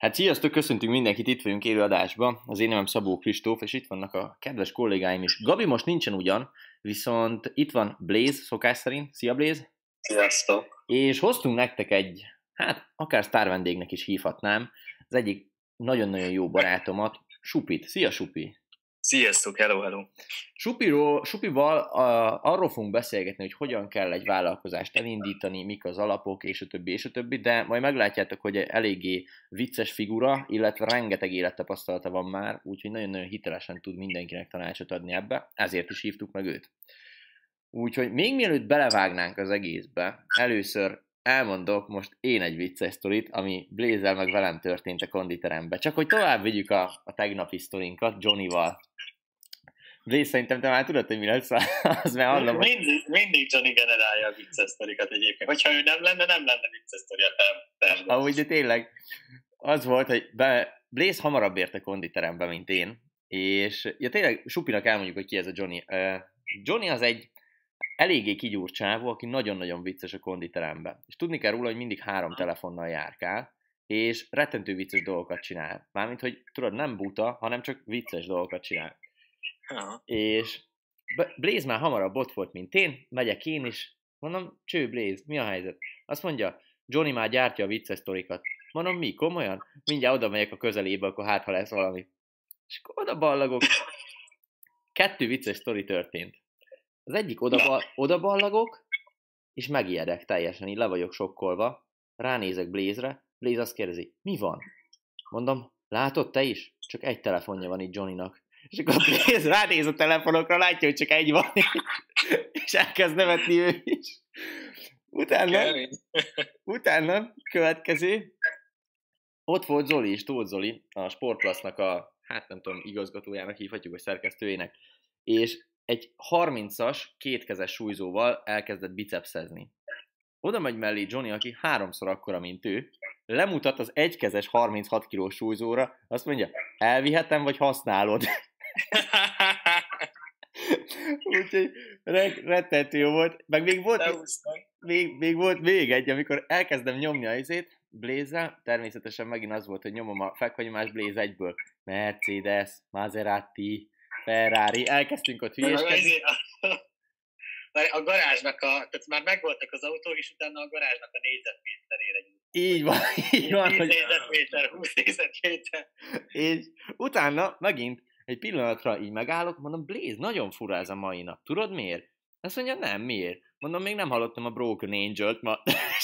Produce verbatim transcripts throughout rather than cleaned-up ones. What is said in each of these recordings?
Hát sziasztok, köszöntünk mindenkit, itt vagyunk élő adásban. Az én nevem Szabó Kristóf, és itt vannak a kedves kollégáim is. Gabi most nincsen ugyan, viszont itt van Blaze, szokás szerint. Szia Blaze! Sziasztok! És hoztunk nektek egy, hát akár sztár vendégnek is hívhatnám, az egyik nagyon-nagyon jó barátomat, Supit. Szia Supi! Sziasztok, hello, hello! Supiról, Supival a, arról fogunk beszélgetni, hogy hogyan kell egy vállalkozást elindítani, mik az alapok, és a többi, és a többi, de majd meglátjátok, hogy eléggé vicces figura, illetve rengeteg élettapasztalata van már, úgyhogy nagyon-nagyon hitelesen tud mindenkinek tanácsot adni ebbe, ezért is hívtuk meg őt. Úgyhogy még mielőtt belevágnánk az egészbe, először elmondok most én egy vicces sztorit, ami Blaze-el meg velem történt a konditerembe. Csak hogy tovább vigyük a, a tegnapi sztorinkat Johnnyval. Blaze, szerintem te már tudod, hogy mi lesz az, mert hallom, hogy... Mindig, mindig Johnny generálja a vicces sztorikat egyébként. Hogyha ő nem lenne, nem lenne vicces sztoria. Ahogy de tényleg az volt, hogy be, Blaze hamarabb ért a konditerembe, mint én, és ja tényleg Supinak elmondjuk, hogy ki ez a Johnny. Uh, Johnny az egy eléggé kigyúrt csávó, aki nagyon-nagyon vicces a konditeremben. És tudni kell róla, hogy mindig három telefonnal járkál, és rettentő vicces dolgokat csinál. Mármint, hogy tudod, nem buta, hanem csak vicces dolgokat csinál. Aha. És Blaze már hamarabb ott volt, mint én, megyek én is, mondom, cső Blaze, mi a helyzet? Azt mondja, Johnny már gyártja a vicces sztorikat. Mondom, mi, komolyan? Mindjárt oda megyek a közelébe, akkor hát, ha lesz valami. És akkor oda ballagok. Kettő vicces sztori történt. Az egyik oda, oda ballagok, és megijedek teljesen, így le vagyok sokkolva, ránézek Blaze-re, Blaze azt kérdezi, mi van? Mondom, látod te is? Csak egy telefonja van itt Johnnynak. És akkor Blaze ránéz a telefonokra, látja, hogy csak egy van, és elkezd nevetni ő is. Utána, utána következő, ott volt Zoli is, Tóth Zoli, a Sportplusnak a, hát nem tudom, igazgatójának hívhatjuk, vagy szerkesztőjének, és egy harmincas, kétkezes súlyzóval elkezdett bicepszezni. Oda megy mellé Johnny, aki háromszor akkora, mint ő, lemutat az egykezes harminchat kilós súlyzóra, azt mondja, elvihetem, vagy használod? Úgyhogy rettentő jó volt. Meg még volt, még, még volt még egy, amikor elkezdem nyomni a izét, Blaze-zel, természetesen megint az volt, hogy nyomom a fekhagyomás Blaze egyből. Mercedes, Maserati, Ferrari, elkezdtünk ott hülyéskedni. A garázsnak a, tehát már megvoltak az autók, és utána a garázsnak a négyzetméterére gyújtott. Így van, így van. tíz négyzetméter, húsz négyzetméter. És utána megint egy pillanatra így megállok, mondom, Blaze, nagyon fura ez a mai nap. Tudod miért? Azt mondja, nem, miért? Mondom, még nem hallottam a Broken Angel-t ma.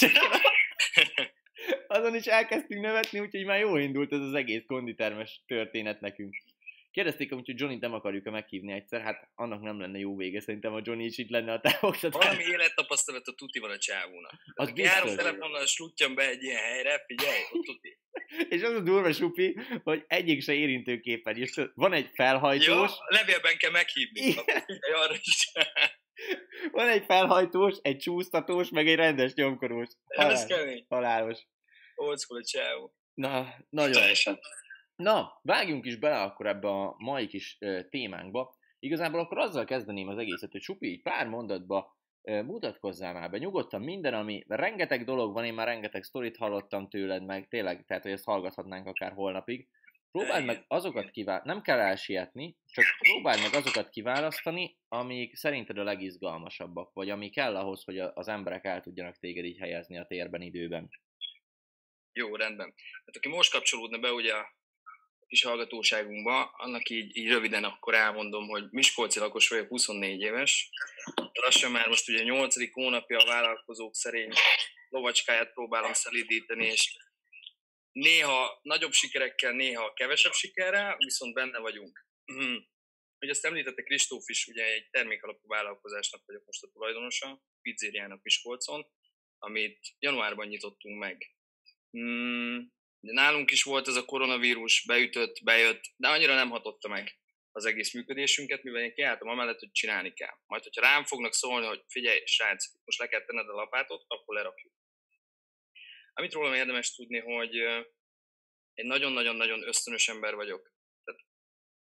Azon is elkezdtünk nevetni, úgyhogy már jól indult ez az egész konditermes történet nekünk. Kérdezték amúgy, hogy Johnnyt nem akarjuk-e meghívni egyszer, hát annak nem lenne jó vége, szerintem a Johnny is itt lenne a távoktatás. Valami élettapasztalata tuti van a csávónak. Az Járom telefonnal, sluttyam be egy ilyen helyre, figyelj, ott tuti. És az a durva, Supi, hogy egyik se érintőképpen is. Van egy felhajtós. Jó, levélben kell meghívni. Arra is. Van egy felhajtós, egy csúsztatós, meg egy rendes nyomkorós. Ez kemény. Halálos. Old school a csávó. Na, nagyon. Teljesen. Na, vágjunk is bele akkor ebbe a mai kis uh, témánkba. Igazából akkor azzal kezdeném az egészet, hogy Supi, így pár mondatba uh, mutatkozzál már be. Nyugodtan minden, ami rengeteg dolog van, én már rengeteg sztorit hallottam tőled, meg tényleg, tehát hogy ezt hallgathatnánk akár holnapig. Próbáld meg azokat kiválasztani, nem kell elsietni, csak próbáld meg azokat kiválasztani, amik szerinted a legizgalmasabbak, vagy ami kell ahhoz, hogy az emberek el tudjanak téged így helyezni a térben, időben. Jó, rendben. Hát aki most kapcsolódna be ugye a kis hallgatóságunkba, annak így, így röviden akkor elmondom, hogy miskolci lakos vagyok, huszonnégy éves. Lassan már most ugye nyolcadik hónapja a vállalkozók szerény lovacskáját próbálom szelídíteni, és néha nagyobb sikerekkel, néha kevesebb sikerrel, viszont benne vagyunk. Hogy azt említette Kristóf is, ugye egy termékalapú vállalkozásnak vagyok most a tulajdonosa, pizzériának Miskolcon, amit januárban nyitottunk meg. Hmm, de nálunk is volt ez a koronavírus, beütött, bejött, de annyira nem hatotta meg az egész működésünket, mivel én kiálltam amellett, hogy csinálni kell. Majd, hogyha rám fognak szólni, hogy figyelj, srác, most le kell tenned a lapátot, akkor lerakjuk. Amit rólam érdemes tudni, hogy egy nagyon-nagyon-nagyon ösztönös ember vagyok. Tehát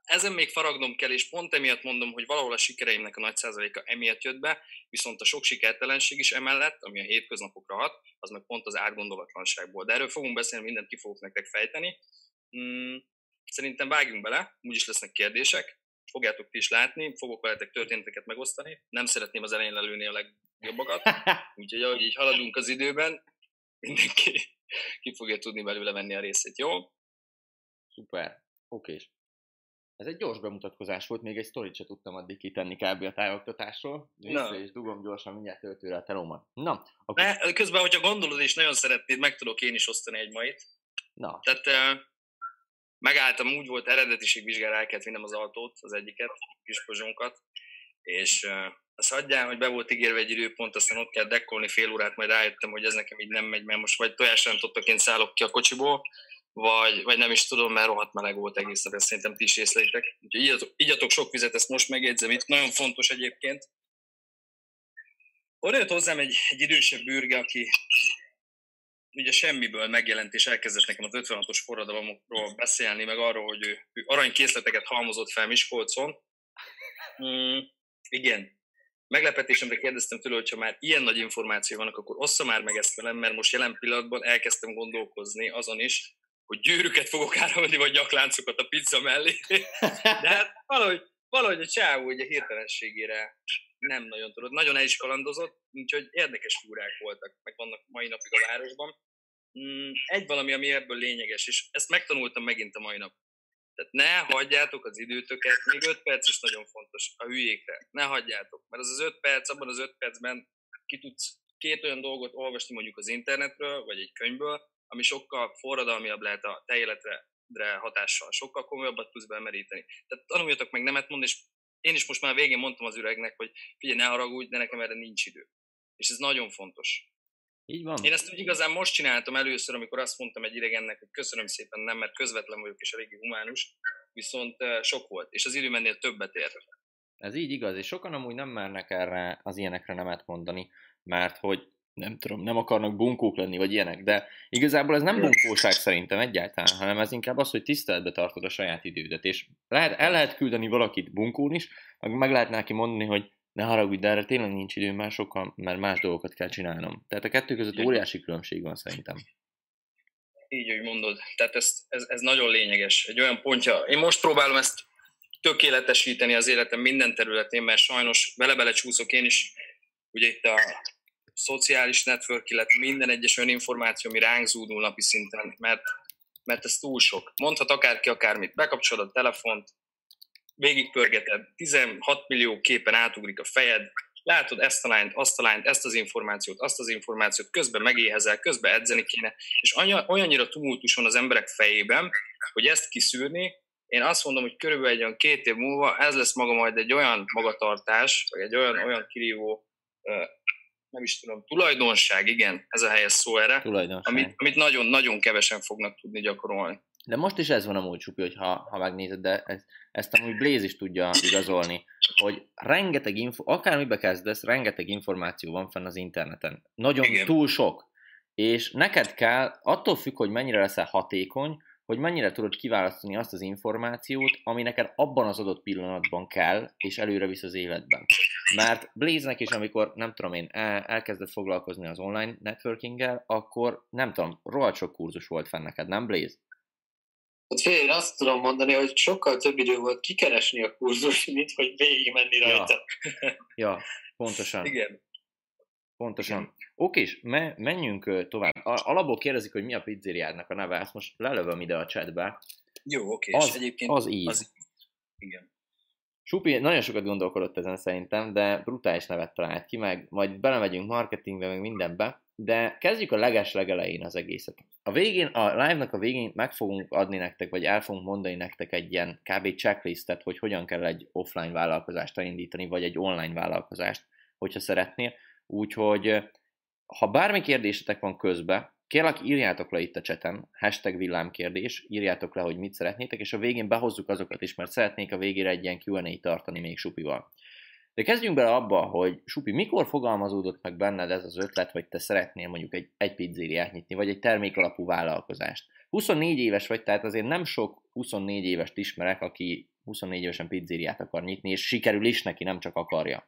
ezen még faragnom kell, és pont emiatt mondom, hogy valahol a sikereimnek a nagy százaléka emiatt jött be, viszont a sok sikertelenség is emellett, ami a hétköznapokra hat, az meg pont az átgondolatlanságból. De erről fogunk beszélni, mindent ki fogok nektek fejteni. Hmm, szerintem vágjunk bele, úgyis lesznek kérdések, fogjátok ti is látni, fogok veletek történeteket megosztani, nem szeretném az elején lelőni a legjobbakat, úgyhogy ahogy így haladunk az időben, mindenki ki fogja tudni belőle venni a részét, jó? Szuper, okés. Ez egy gyors bemutatkozás volt, még egy sztorit se tudtam addig kitenni kb. A tájoktatásról. Vissza és dugom gyorsan mindjárt töltőre a telómat. Na, akkor... Ne, közben, hogyha gondolod és nagyon szeretnéd, meg tudok én is osztani egy mait. Na. Tehát uh, megálltam, úgy volt eredetiségvizsgára, el kellett vinnem az autót, az egyiket, kispozsónkat, és uh, azt hagyjál, hogy be volt ígérve egy időpont, aztán ott kell dekkolni fél órát, majd rájöttem, hogy ez nekem így nem megy, mert most vagy tojásrántottaként szállok ki a kocsiból, Vagy, vagy nem is tudom, mert rohadt meleg volt egész nap, ezt szerintem ti is észlelitek. Úgyhogy igyatok, igyatok sok vizet, ezt most megjegyzem itt, nagyon fontos egyébként. Oda jött hozzám egy, egy idősebb bürge, aki ugye semmiből megjelent, és elkezdett nekem az ötvenhatos forradalomról beszélni, meg arról, hogy ő, ő aranykészleteket halmozott fel Miskolcon. Mm, igen. Meglepetésemre kérdeztem tőle, hogyha már ilyen nagy információ vannak, akkor ossza már meg ezt velem, mert most jelen pillanatban elkezdtem gondolkozni azon is, hogy gyűrűket fogok áramelni, vagy nyakláncokat a pizza mellé. De hát valahogy, valahogy a csávó ugye hirtelenségére nem nagyon tudod. Nagyon el is kalandozott, úgyhogy érdekes figurák voltak, meg vannak mai napig a városban. Egy valami, ami ebből lényeges, és ezt megtanultam megint a mai nap. Tehát ne hagyjátok az időtöket, még öt perc is nagyon fontos a hülyékre. Ne hagyjátok, mert az az öt perc, abban az öt percben ki tudsz két olyan dolgot olvasni mondjuk az internetről, vagy egy könyvből, ami sokkal forradalmiabb lehet a te életedre hatással, sokkal komolyabbat tudsz bemeríteni. Tehát tanuljatok meg nemet mondani, és én is most már végén mondtam az üregnek, hogy figyelj, ne haragudj, de nekem erre nincs idő. És ez nagyon fontos. Így van. Én ezt úgy igazán most csináltam először, amikor azt mondtam egy idegennek, hogy köszönöm szépen, nem, mert közvetlen vagyok és eléggé humánus, viszont sok volt, és az idő mennél többet ér. Ez így igaz, és sokan amúgy nem mernek erre az ilyenekre nemet mondani, mert hogy nem tudom, nem akarnak bunkók lenni, vagy ilyenek, de igazából ez nem bunkóság szerintem egyáltalán, hanem ez inkább az, hogy tiszteletbe tartod a saját idődet, és lehet, el lehet küldeni valakit bunkón is, meg, meg lehet neki mondani, hogy ne haragudj, de erre tényleg nincs időm, már sokkal, mert más dolgokat kell csinálnom. Tehát a kettő között óriási különbség van szerintem. Így, hogy mondod. Tehát ez, ez, ez nagyon lényeges. Egy olyan pontja. Én most próbálom ezt tökéletesíteni az életem minden területén, mert sajnos bele-bele csúszok én is. Ugye itt a szociális network, illetve minden egyes olyan információ, ami ránk zúdul napi szinten, mert, mert ez túl sok. Mondhat akárki akármit. Bekapcsolod a telefont, végigpörgeted, tizenhat millió képen átugrik a fejed, látod ezt a lányt, azt a lányt, ezt az információt, azt az információt, közben megéhezel, közben edzeni kéne, és olyannyira tumultus van az emberek fejében, hogy ezt kiszűrni, én azt mondom, hogy körülbelül egy olyan két év múlva ez lesz maga majd egy olyan magatartás, vagy egy olyan, olyan kirívó, nem is tudom, tulajdonság, igen, ez a helyes szó erre, amit, amit nagyon-nagyon kevesen fognak tudni gyakorolni. De most is ez van amúgy, Csupi, hogy ha, ha megnézed, de ez, ezt amúgy Blaze is tudja igazolni, hogy rengeteg info, akármibe kezdesz, rengeteg információ van fenn az interneten. Nagyon igen. Túl sok. És neked kell, attól függ, hogy mennyire leszel hatékony, hogy mennyire tudod kiválasztani azt az információt, ami neked abban az adott pillanatban kell, és előre visz az életben. Mert Blaze-nek is, amikor, nem tudom én, el, elkezdett foglalkozni az online networkinggel, akkor nem tudom, rohadt sok kurzus volt fenn neked, nem Blaze? Hát fél, én azt tudom mondani, hogy sokkal több idő volt kikeresni a kurzus, mint hogy végig menni rajta. Ja, ja pontosan. Igen. Pontosan. Okés, me- menjünk tovább. Alapból kérdezik, hogy mi a pizzériádnak a neve, ezt most lelövöm ide a chatbe. Jó, oké. Az, egyébként az így. Az... Igen. Supi nagyon sokat gondolkodott ezen szerintem, de brutális nevet talált ki, meg majd belemegyünk marketingbe, meg mindenbe, de kezdjük a leges-legelején az egészet. A végén, a live-nak a végén meg fogunk adni nektek, vagy el fogunk mondani nektek egy ilyen kb. Checklistet, hogy hogyan kell egy offline vállalkozást elindítani, vagy egy online vállalkozást, hogyha szeretnél. Úgyhogy, ha bármi kérdésetek van közben, kérlek írjátok le itt a chaten, hashtag villámkérdés, írjátok le, hogy mit szeretnétek, és a végén behozzuk azokat is, mert szeretnék a végére egy ilyen Q and A tartani még Supival. De kezdjünk bele abba, hogy Supi, mikor fogalmazódott meg benned ez az ötlet, vagy te szeretnél mondjuk egy, egy pizzériát nyitni, vagy egy termékalapú vállalkozást? huszonnégy éves vagy, tehát azért nem sok huszonnégy évest ismerek, aki huszonnégy évesen pizzériát akar nyitni, és sikerül is neki, nem csak akarja.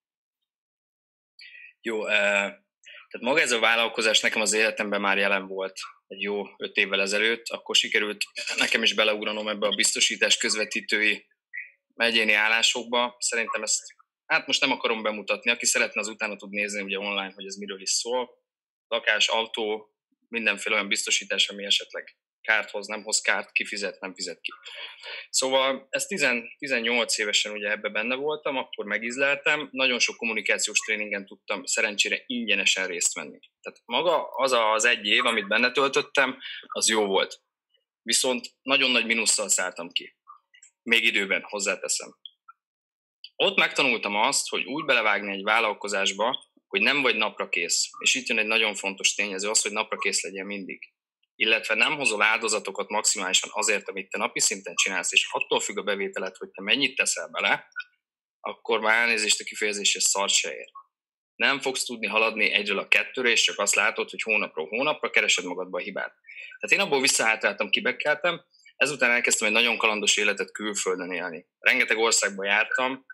Jó, tehát maga ez a vállalkozás nekem az életemben már jelen volt egy jó öt évvel ezelőtt, akkor sikerült nekem is beleugranom ebbe a biztosítás közvetítői egyéni állásokba. Szerintem ezt, hát most nem akarom bemutatni, aki szeretne, az utána tud nézni ugye online, hogy ez miről is szól. Lakás, autó, mindenféle olyan biztosítás, ami esetleg kárt hoz, nem hoz kárt, kifizet, nem fizet ki. Szóval ez tíz, tizennyolc évesen ugye ebbe benne voltam, akkor megízleltem, nagyon sok kommunikációs tréningen tudtam szerencsére ingyenesen részt venni. Tehát maga az az egy év, amit benne töltöttem, az jó volt. Viszont nagyon nagy mínusszal szálltam ki. Még időben, hozzáteszem. Ott megtanultam azt, hogy úgy belevágni egy vállalkozásba, hogy nem vagy napra kész. És itt jön egy nagyon fontos tényező, az, hogy napra kész legyen mindig. Illetve nem hozol áldozatokat maximálisan azért, amit te napi szinten csinálsz, és attól függ a bevételed, hogy te mennyit teszel bele, akkor már elnézést a kifejezéshez szart se ér. Nem fogsz tudni haladni egyről a kettőre, és csak azt látod, hogy hónapról hónapra keresed magadba a hibát. Tehát én abból visszahátráltam, kibekkeltem, ezután elkezdtem egy nagyon kalandos életet külföldön élni. Rengeteg országba jártam,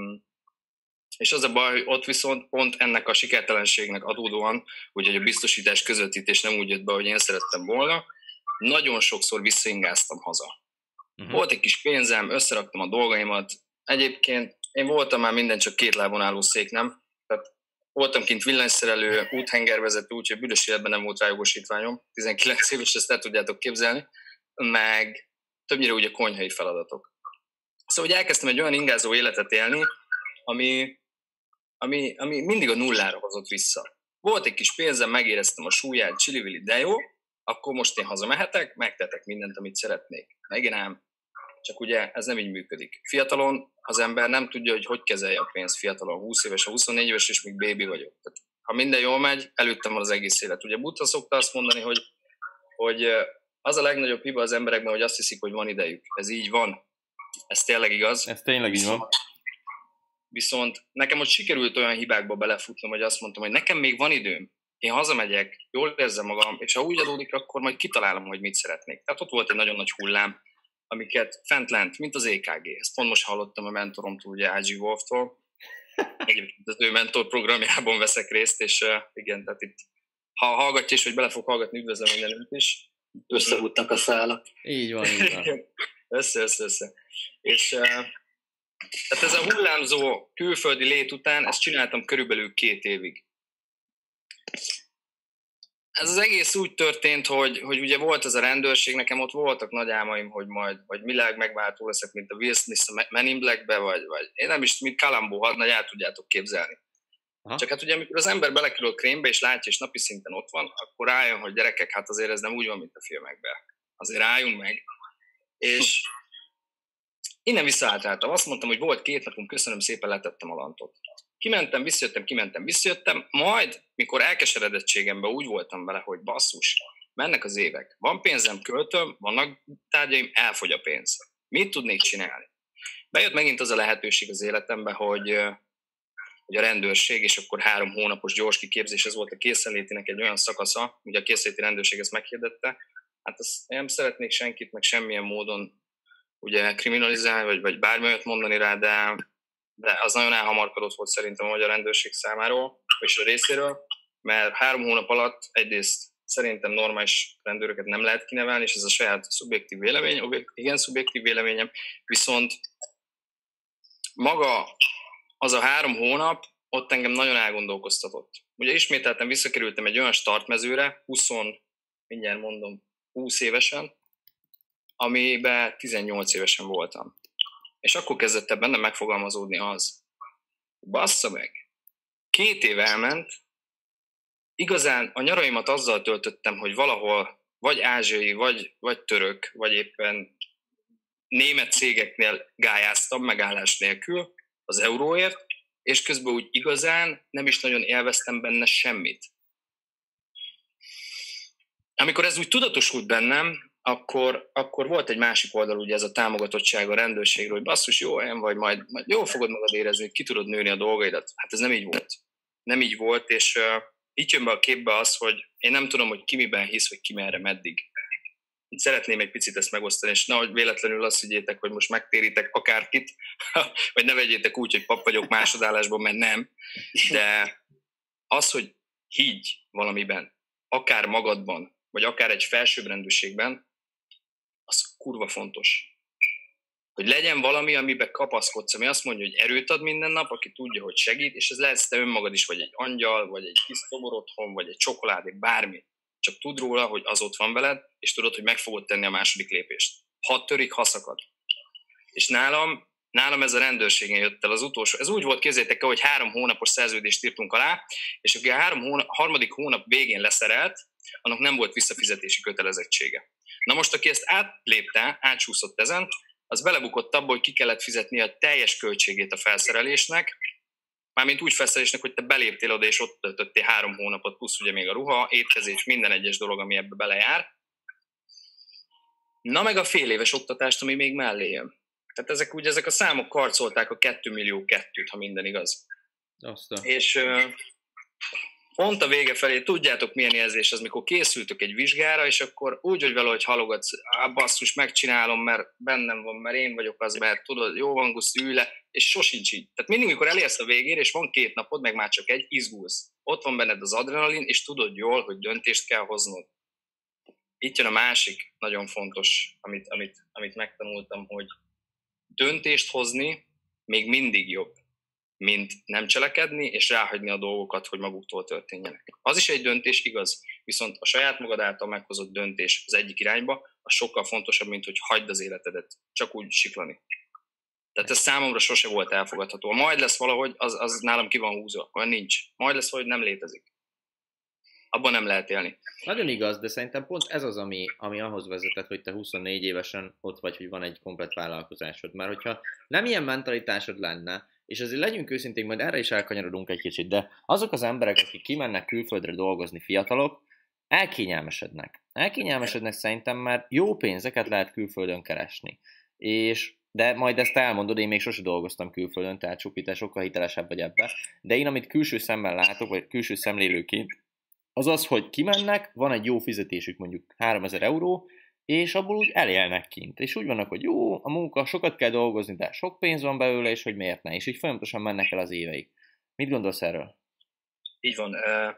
és az a baj, hogy ott viszont pont ennek a sikertelenségnek adódóan, hogy a biztosítás közvetítés nem úgy jött be, hogy én szerettem volna, nagyon sokszor visszaingáztam haza. Uh-huh. Volt egy kis pénzem, összeraktam a dolgaimat. Egyébként én voltam már minden csak két lábon álló szék, nem? Tehát voltam kint villanyszerelő, úthengervezető, úgyhogy büdös életben nem volt rájogosítványom. tizenkilenc éves, ezt el tudjátok képzelni. Meg többnyire ugye konyhai feladatok. Szóval hogy elkezdtem egy olyan ingázó életet élni, ami, ami, ami mindig a nullára hozott vissza. Volt egy kis pénzem, megéreztem a súlyát, csili-vili, de jó, akkor most én hazamehetek, megtetek mindent, amit szeretnék. Meg ám, csak ugye ez nem így működik. Fiatalon az ember nem tudja, hogy hogy kezelje a pénzt fiatalon, húsz éves, a huszonnégy éves, és még bébi vagyok. Tehát, ha minden jól megy, előttem van az egész élet. Ugye Buddha szokta azt mondani, hogy, hogy az a legnagyobb hiba az emberekben, hogy azt hiszik, hogy van idejük. Ez így van. Ez tényleg igaz. Ez tényleg így van. Viszont nekem ott sikerült olyan hibákba belefutnom, hogy azt mondtam, hogy nekem még van időm. Én hazamegyek, jól érzem magam, és ha úgy adódik, akkor majd kitalálom, hogy mit szeretnék. Tehát ott volt egy nagyon nagy hullám, amiket fent lent, mint az é ká gé. Ezt pont most hallottam a mentoromtól, ugye á gé Wolftól. Egyébként az ő mentor programjában veszek részt, és uh, igen, tehát itt, ha hallgatja is, hogy bele fog hallgatni, üdvözlöm mindenütt is. Összehúztak a szálak. Így van, így van. össze, össze, össze. És uh, tehát ez a hullámzó külföldi lét után, ezt csináltam körülbelül két évig. Ez az egész úgy történt, hogy, hogy ugye volt ez a rendőrség, nekem ott voltak nagy álmaim, hogy majd vagy világ megváltó leszek, mint a Will Smith a Men in Blackbe, vagy, vagy én nem is, mint Columbo hadnagy, el tudjátok képzelni. Aha. Csak hát ugye, amikor az ember belekerül a krémbe, és látja, és napi szinten ott van, akkor rájön, hogy gyerekek, hát azért ez nem úgy van, mint a filmekben. Azért álljunk meg. És innen visszaálltáltam. Azt mondtam, hogy volt két napunk, köszönöm szépen, letettem a lantot. Kimentem, visszajöttem, kimentem, visszajöttem, majd, mikor elkeseredettségemben úgy voltam vele, hogy basszus, mennek az évek. Van pénzem, költöm, vannak tárgyaim, elfogy a pénz. Mit tudnék csinálni? Bejött megint az a lehetőség az életembe, hogy, hogy a rendőrség, és akkor három hónapos gyors kiképzés, ez volt a készenlétinek egy olyan szakasza, ugye a készenléti rendőrség ezt meghirdette. Hát azt nem szeretnék senkit, meg semmilyen módon ugye kriminalizálni, vagy, vagy bármi olyat mondani rá, de, de az nagyon elhamarkodott volt szerintem a magyar rendőrség számáról, és a részéről, mert három hónap alatt egyrészt szerintem normális rendőröket nem lehet kinevelni, és ez a saját szubjektív vélemény, objekt, igen, szubjektív véleményem, viszont maga az a három hónap ott engem nagyon elgondolkoztatott. Ugye ismételten visszakerültem egy olyan startmezőre, húsz, mindjárt mondom, húsz évesen, amiben tizennyolc évesen voltam. És akkor kezdett el bennem megfogalmazódni az, bassza meg, két év elment, igazán a nyaraimat azzal töltöttem, hogy valahol vagy ázsiai, vagy, vagy török, vagy éppen német cégeknél gályáztam megállás nélkül az euróért, és közben úgy igazán nem is nagyon élveztem benne semmit. Amikor ez úgy tudatosult bennem, Akkor, akkor volt egy másik oldal, ugye ez a támogatottság a rendőrségről, hogy basszus, jó olyan vagy, majd, majd jól fogod magad érezni, hogy ki tudod nőni a dolgaidat. Hát ez nem így volt. Nem így volt, és uh, így jön be a képbe az, hogy én nem tudom, hogy ki miben hisz, vagy ki merre, meddig. szeretném egy picit ezt megosztani, és nehogy véletlenül azt higgyétek, hogy most megtéritek akárkit, vagy ne vegyétek úgy, hogy pap vagyok másodállásban, mert nem. De az, hogy higgy valamiben, akár magadban, vagy akár egy felsőbbrendűségben, az kurva fontos. Hogy legyen valami, amiben kapaszkodsz, ami azt mondja, hogy erőt ad minden nap, aki tudja, hogy segít, és ez lehetsz te önmagad is, vagy egy angyal, vagy egy kis szobor otthon, vagy egy csokoládé, bármi. Csak tudd róla, hogy az ott van veled, és tudod, hogy meg fogod tenni a második lépést. Ha törik, ha szakad. És nálam, nálam ez a rendőrségen jött el az utolsó. Ez úgy volt, képzeljétek el, hogy három hónapos szerződést írtunk alá, és aki a három hónap, harmadik hónap végén leszerelt, annak nem volt visszafizetési kötelezettsége. Na most, aki ezt átlépte, átsúszott ezen, az belebukott abba, hogy ki kellett fizetni a teljes költségét a felszerelésnek, mármint úgy felszerelésnek, hogy te beléptél oda, és ott töltöttél három hónapot, plusz ugye még a ruha, étkezés, minden egyes dolog, ami ebbe belejár. Na meg a fél éves oktatást, ami még mellé jön. Tehát ezek, ugye, ezek a számok karcolták a két millió kettőt, ha minden igaz. Aztán. És uh, pont a vége felé, tudjátok milyen érzés az, mikor készültök egy vizsgára, és akkor úgy, hogy valahogy halogatsz, á, basszus, megcsinálom, mert bennem van, mert én vagyok az, mert tudod, jó van, Guszti, ülj le, és sosincs így. Tehát mindig, mikor elérsz a végére, és van két napod, meg már csak egy, izgulsz. Ott van benned az adrenalin, és tudod jól, hogy döntést kell hoznod. Itt jön a másik nagyon fontos, amit, amit, amit megtanultam, hogy döntést hozni még mindig jobb, mint nem cselekedni, és ráhagyni a dolgokat, hogy maguktól történjenek. Az is egy döntés, igaz, viszont a saját magad által meghozott döntés az egyik irányba, az sokkal fontosabb, mint hogy hagyd az életedet, csak úgy siklani. Tehát ez számomra sose volt elfogadható. Majd lesz valahogy, az, az nálam ki van húzva, olyan nincs. Majd lesz valahogy, nem létezik. Abban nem lehet élni. Nagyon igaz, de szerintem pont ez az, ami, ami ahhoz vezetett, hogy te huszonnégy évesen ott vagy, hogy van egy komplett vállalkozásod. Mert hogyha nem ilyen mentalitásod lenne, és azért legyünk őszintén, majd erre is elkanyarodunk egy kicsit, de azok az emberek, akik kimennek külföldre dolgozni, fiatalok, elkényelmesednek. Elkényelmesednek szerintem, mert jó pénzeket lehet külföldön keresni. És, de majd ezt elmondod, én még sose dolgoztam külföldön, tehát Csupi, te sokkal hitelesebb vagy ebben. De én, amit külső szemmel látok, vagy külső szemlélőként, az az, hogy kimennek, van egy jó fizetésük, mondjuk háromezer euró, és abból úgy elélnek kint. És úgy vannak, hogy jó, a munka, sokat kell dolgozni, de sok pénz van belőle, és hogy miért ne. És így folyamatosan mennek el az éveik. Mit gondolsz erről? Így van. Uh,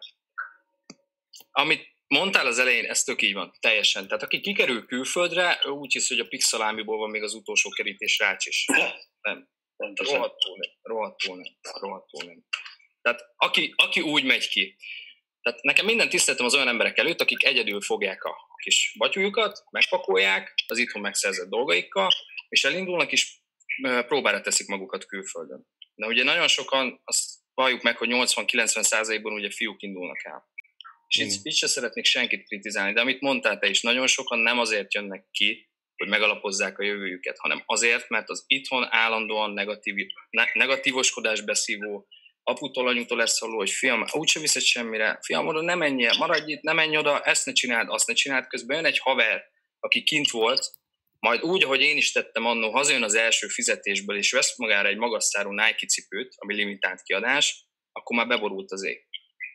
amit mondtál az elején, ez tök így van, teljesen. Tehát aki kikerül külföldre, úgy hisz, hogy a pixelámiból van még az utolsó kerítés rács is. Nem. Rohadtul nem. Rohadtul nem. Rohadtul nem. Tehát aki, aki úgy megy ki. Tehát nekem minden tiszteletem az olyan emberek előtt, akik egyedül fogják a kis batyújukat, megpakolják az itthon megszerzett dolgaikkal, és elindulnak, és próbára teszik magukat külföldön. De ugye nagyon sokan, azt valljuk meg, hogy nyolcvan-kilencven százalékban ugye fiúk indulnak el. És itt, itt se szeretnék senkit kritizálni, de amit mondtál te is, nagyon sokan nem azért jönnek ki, hogy megalapozzák a jövőjüket, hanem azért, mert az itthon állandóan negatív, negatívoskodás beszívó, aputól, anyutól lesz szóló, hogy fiam, úgyse viszed semmire, fiam, oda ne menjél, maradj itt, ne menj oda, ezt ne csináld, azt ne csináld, közben jön egy haver, aki kint volt, majd úgy, ahogy én is tettem annó, hazajön az első fizetésből, és vesz magára egy magas szárú Nike cipőt, ami limitált kiadás, akkor már beborult az ég.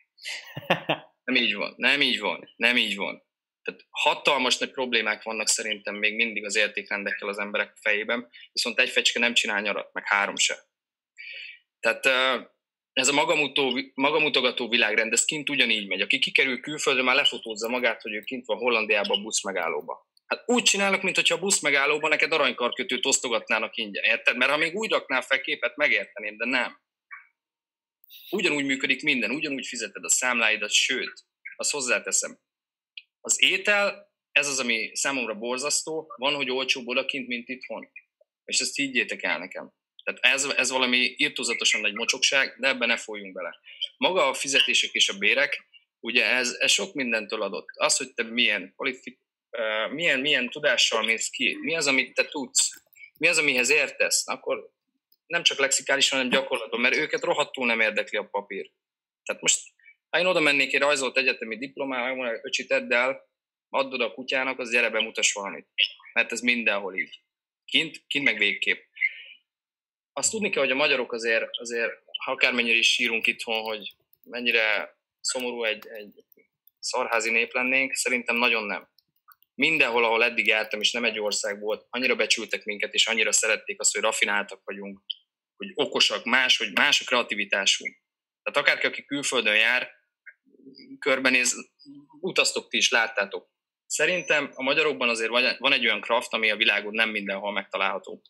Nem így van, nem így van, nem így van. Tehát hatalmas nagy problémák vannak szerintem még mindig az értékrendekkel az emberek fejében, viszont egy fecske nem csinál nyarat, meg három se. Tehát ez a magamutó, magamutogató világrend, ez kint ugyanígy megy. Aki kikerül külföldre, már lefotózza magát, hogy ő kint van Hollandiában a buszmegállóba. Hát úgy csinálnak, mintha a buszmegállóban neked aranykarkötőt osztogatnának ingyen, érted? Mert ha még úgy raknál fel képet, megérteném, de nem. Ugyanúgy működik minden, ugyanúgy fizeted a számláidat, sőt, azt hozzáteszem. Az étel, ez az, ami számomra borzasztó, van, hogy olcsóbb odakint, mint itthon. És ezt higgyétek el nekem. Tehát ez, ez valami irtózatosan nagy mocsokság, de ebben ne folyjunk bele. Maga a fizetések és a bérek, ugye ez, ez sok mindentől adott. Az, hogy te milyen, qualifi- uh, milyen, milyen tudással mész ki, mi az, amit te tudsz, mi az, amihez értesz, akkor nem csak lexikálisan, hanem gyakorlatban, mert őket rohadtul nem érdekli a papír. Tehát most, ha én oda mennék egy rajzolt egyetemi diplomát, megmondom, hogy öcsi, tedd el, add oda a kutyának, az gyere bemutass valamit. Mert ez mindenhol így. Kint, kint meg végképp. Azt tudni kell, hogy a magyarok azért, azért ha akármennyire is sírunk itthon, hogy mennyire szomorú egy, egy szarházi nép lennénk, szerintem nagyon nem. mindenhol, ahol eddig jártam, és nem egy ország volt, annyira becsültek minket, és annyira szerették azt, hogy rafináltak vagyunk, hogy okosak, más, hogy más a kreativitásunk. Tehát akárki, aki külföldön jár, körbenéz, utaztok ti is, láttátok. Szerintem a magyarokban azért van egy olyan craft, ami a világon nem mindenhol megtalálható.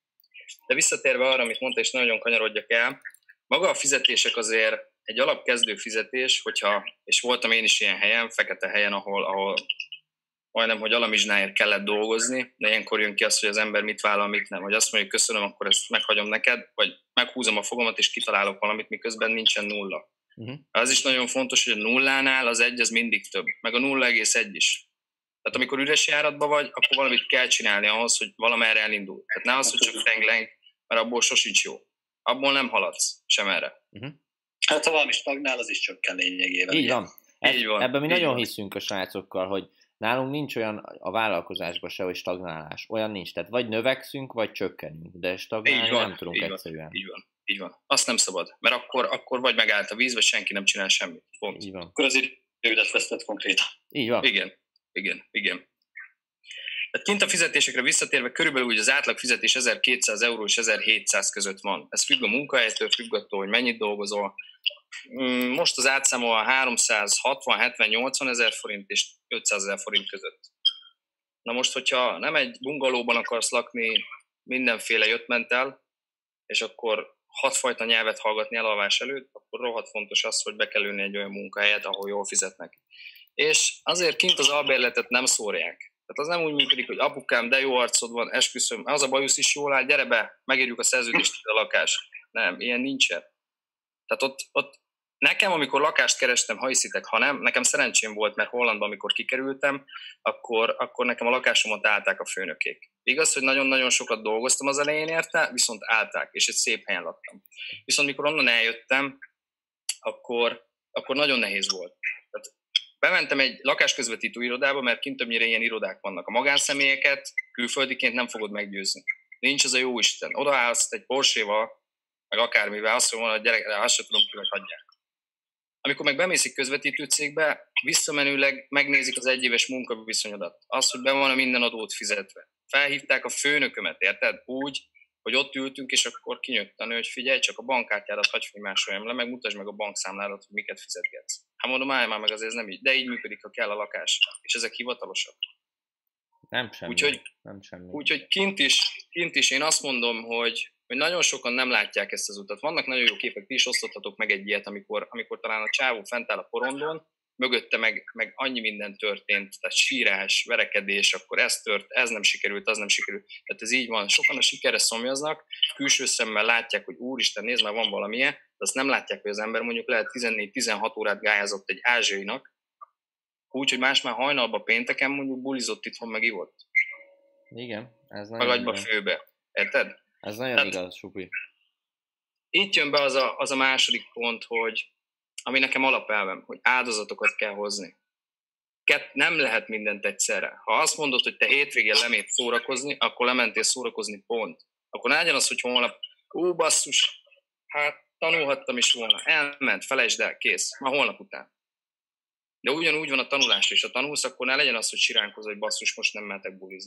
De visszatérve arra, amit mondta, és nagyon kanyarodjak el, maga a fizetések azért egy alapkezdő fizetés, hogyha, és voltam én is ilyen helyen, fekete helyen, ahol, ahol majdnem, hogy alamizsnáért kellett dolgozni, de ilyenkor jön ki az, hogy az ember mit vállal, mit nem. Hogy azt mondja, hogy köszönöm, akkor ezt meghagyom neked, vagy meghúzom a fogamat, és kitalálok valamit, miközben nincsen nulla. Uh-huh. Az is nagyon fontos, hogy a nullánál az egy az mindig több, meg a nulla egész egy is. Tehát amikor üres járatban vagy, akkor valamit kell csinálni ahhoz, hogy valamerre elindul. Tehát ne az, hogy csak leng-leng, mert abból sosincs jó. Abból nem haladsz sem erre. Uh-huh. Hát ha valami stagnál, az is csökken lényegében. Így van. Ez, így van. Ebben mi így nagyon van. hiszünk a srácokkal, hogy nálunk nincs olyan a vállalkozásban se, hogy stagnálás. Olyan nincs. Tehát vagy növekszünk, vagy csökkenünk. De stagnálni van, nem tudunk így egyszerűen. Van, így van. Így van. Azt nem szabad. Mert akkor, akkor vagy megállt a víz, vagy senki nem csinál semmit. Pont. Így van. Akkor az idődet vesztett konkrétan. Így van. Igen. Igen. Igen. Tehát kint a fizetésekre visszatérve, körülbelül úgy az átlag fizetés ezerkétszáz euró és ezerhétszáz között van. Ez függ a munkahelytől, függ attól, hogy mennyit dolgozol. Most az átszámol a háromszázhatvan, hetven, nyolcvan ezer forint és ötszázezer forint között. Na most, hogyha nem egy bungalóban akarsz lakni, mindenféle jött ment el, és akkor hatfajta nyelvet hallgatni elalvás előtt, akkor rohadt fontos az, hogy be kell ülni egy olyan munkahelyet, ahol jól fizetnek. És azért kint az albérletet nem szórják. Tehát az nem úgy működik, hogy apukám, de jó arcod van, esküszöm, az a bajusz is jól áll, gyere be, megírjuk a szerződést, a lakás. Nem, ilyen nincsen. Tehát ott, ott nekem, amikor lakást kerestem, ha hiszitek, ha nem, nekem szerencsém volt, mert Hollandban, amikor kikerültem, akkor, akkor nekem a lakásomat állták a főnökék. Igaz, hogy nagyon-nagyon sokat dolgoztam az elején érte, viszont állták, és egy szép helyen laktam. Viszont mikor onnan eljöttem, akkor, akkor nagyon nehéz volt. Tehát bementem egy lakásközvetítő irodába, mert kint többnyire ilyen irodák vannak. A magánszemélyeket külföldiként nem fogod meggyőzni. Nincs az a jó Isten. Odaállsz egy Porsche-val, meg akármivel, azt mondom, hogy gyerekre, azt sem tudom, kivel hagyják. Amikor meg bemész egy közvetítő cégbe, visszamenőleg megnézik az egyéves munkaviszonyodat. Azt, hogy be van a minden adót fizetve. Felhívták a főnökömet, érted? Úgy, hogy ott ültünk, és akkor kinyögt a nő, hogy figyelj, csak a bankkártyádat hagyj, hogy másoljam le, meg mutasd meg a bankszámládat, hogy miket fizetgetsz. Hát mondom, állj már meg, azért ez nem így. De így működik, ha kell a lakás. És ezek hivatalosak. Nem semmi. Úgyhogy, nem semmi. úgyhogy kint, is, kint is én azt mondom, hogy, hogy nagyon sokan nem látják ezt az utat. Vannak nagyon jó képek, ti is osztottatok meg egy ilyet, amikor, amikor talán a csávó fent áll a porondon, mögötte meg, meg annyi minden történt, tehát sírás, verekedés, akkor ez tört, ez nem sikerült, az nem sikerült. Tehát ez így van. Sokan a sikerre szomjaznak, külső szemmel látják, hogy úristen, nézd már, van valamilyen, de azt nem látják, hogy az ember mondjuk lehet tizennégy-tizenhat órát gályázott egy ázsiainak, úgy, hogy más már hajnalban pénteken mondjuk bulizott itthon, meg ivott. Igen, ez meg nagyon agyba főbe. Érted? Ez nagyon Tehát igaz, Supi. Itt jön be az a, az a második pont, hogy ami nekem alapelvem, hogy áldozatokat kell hozni. Kett, nem lehet mindent egyszerre. Ha azt mondod, hogy te hétvégén lemész szórakozni, akkor lementél szórakozni, pont. Akkor ne legyen az, hogy holnap, ú, basszus, hát tanulhattam is volna. Elment, felejtsd el, kész. Már holnap után. De ugyanúgy van a tanulás, és ha tanulsz, akkor ne legyen az, hogy siránkozol, hogy basszus, most nem mehetek bulizni.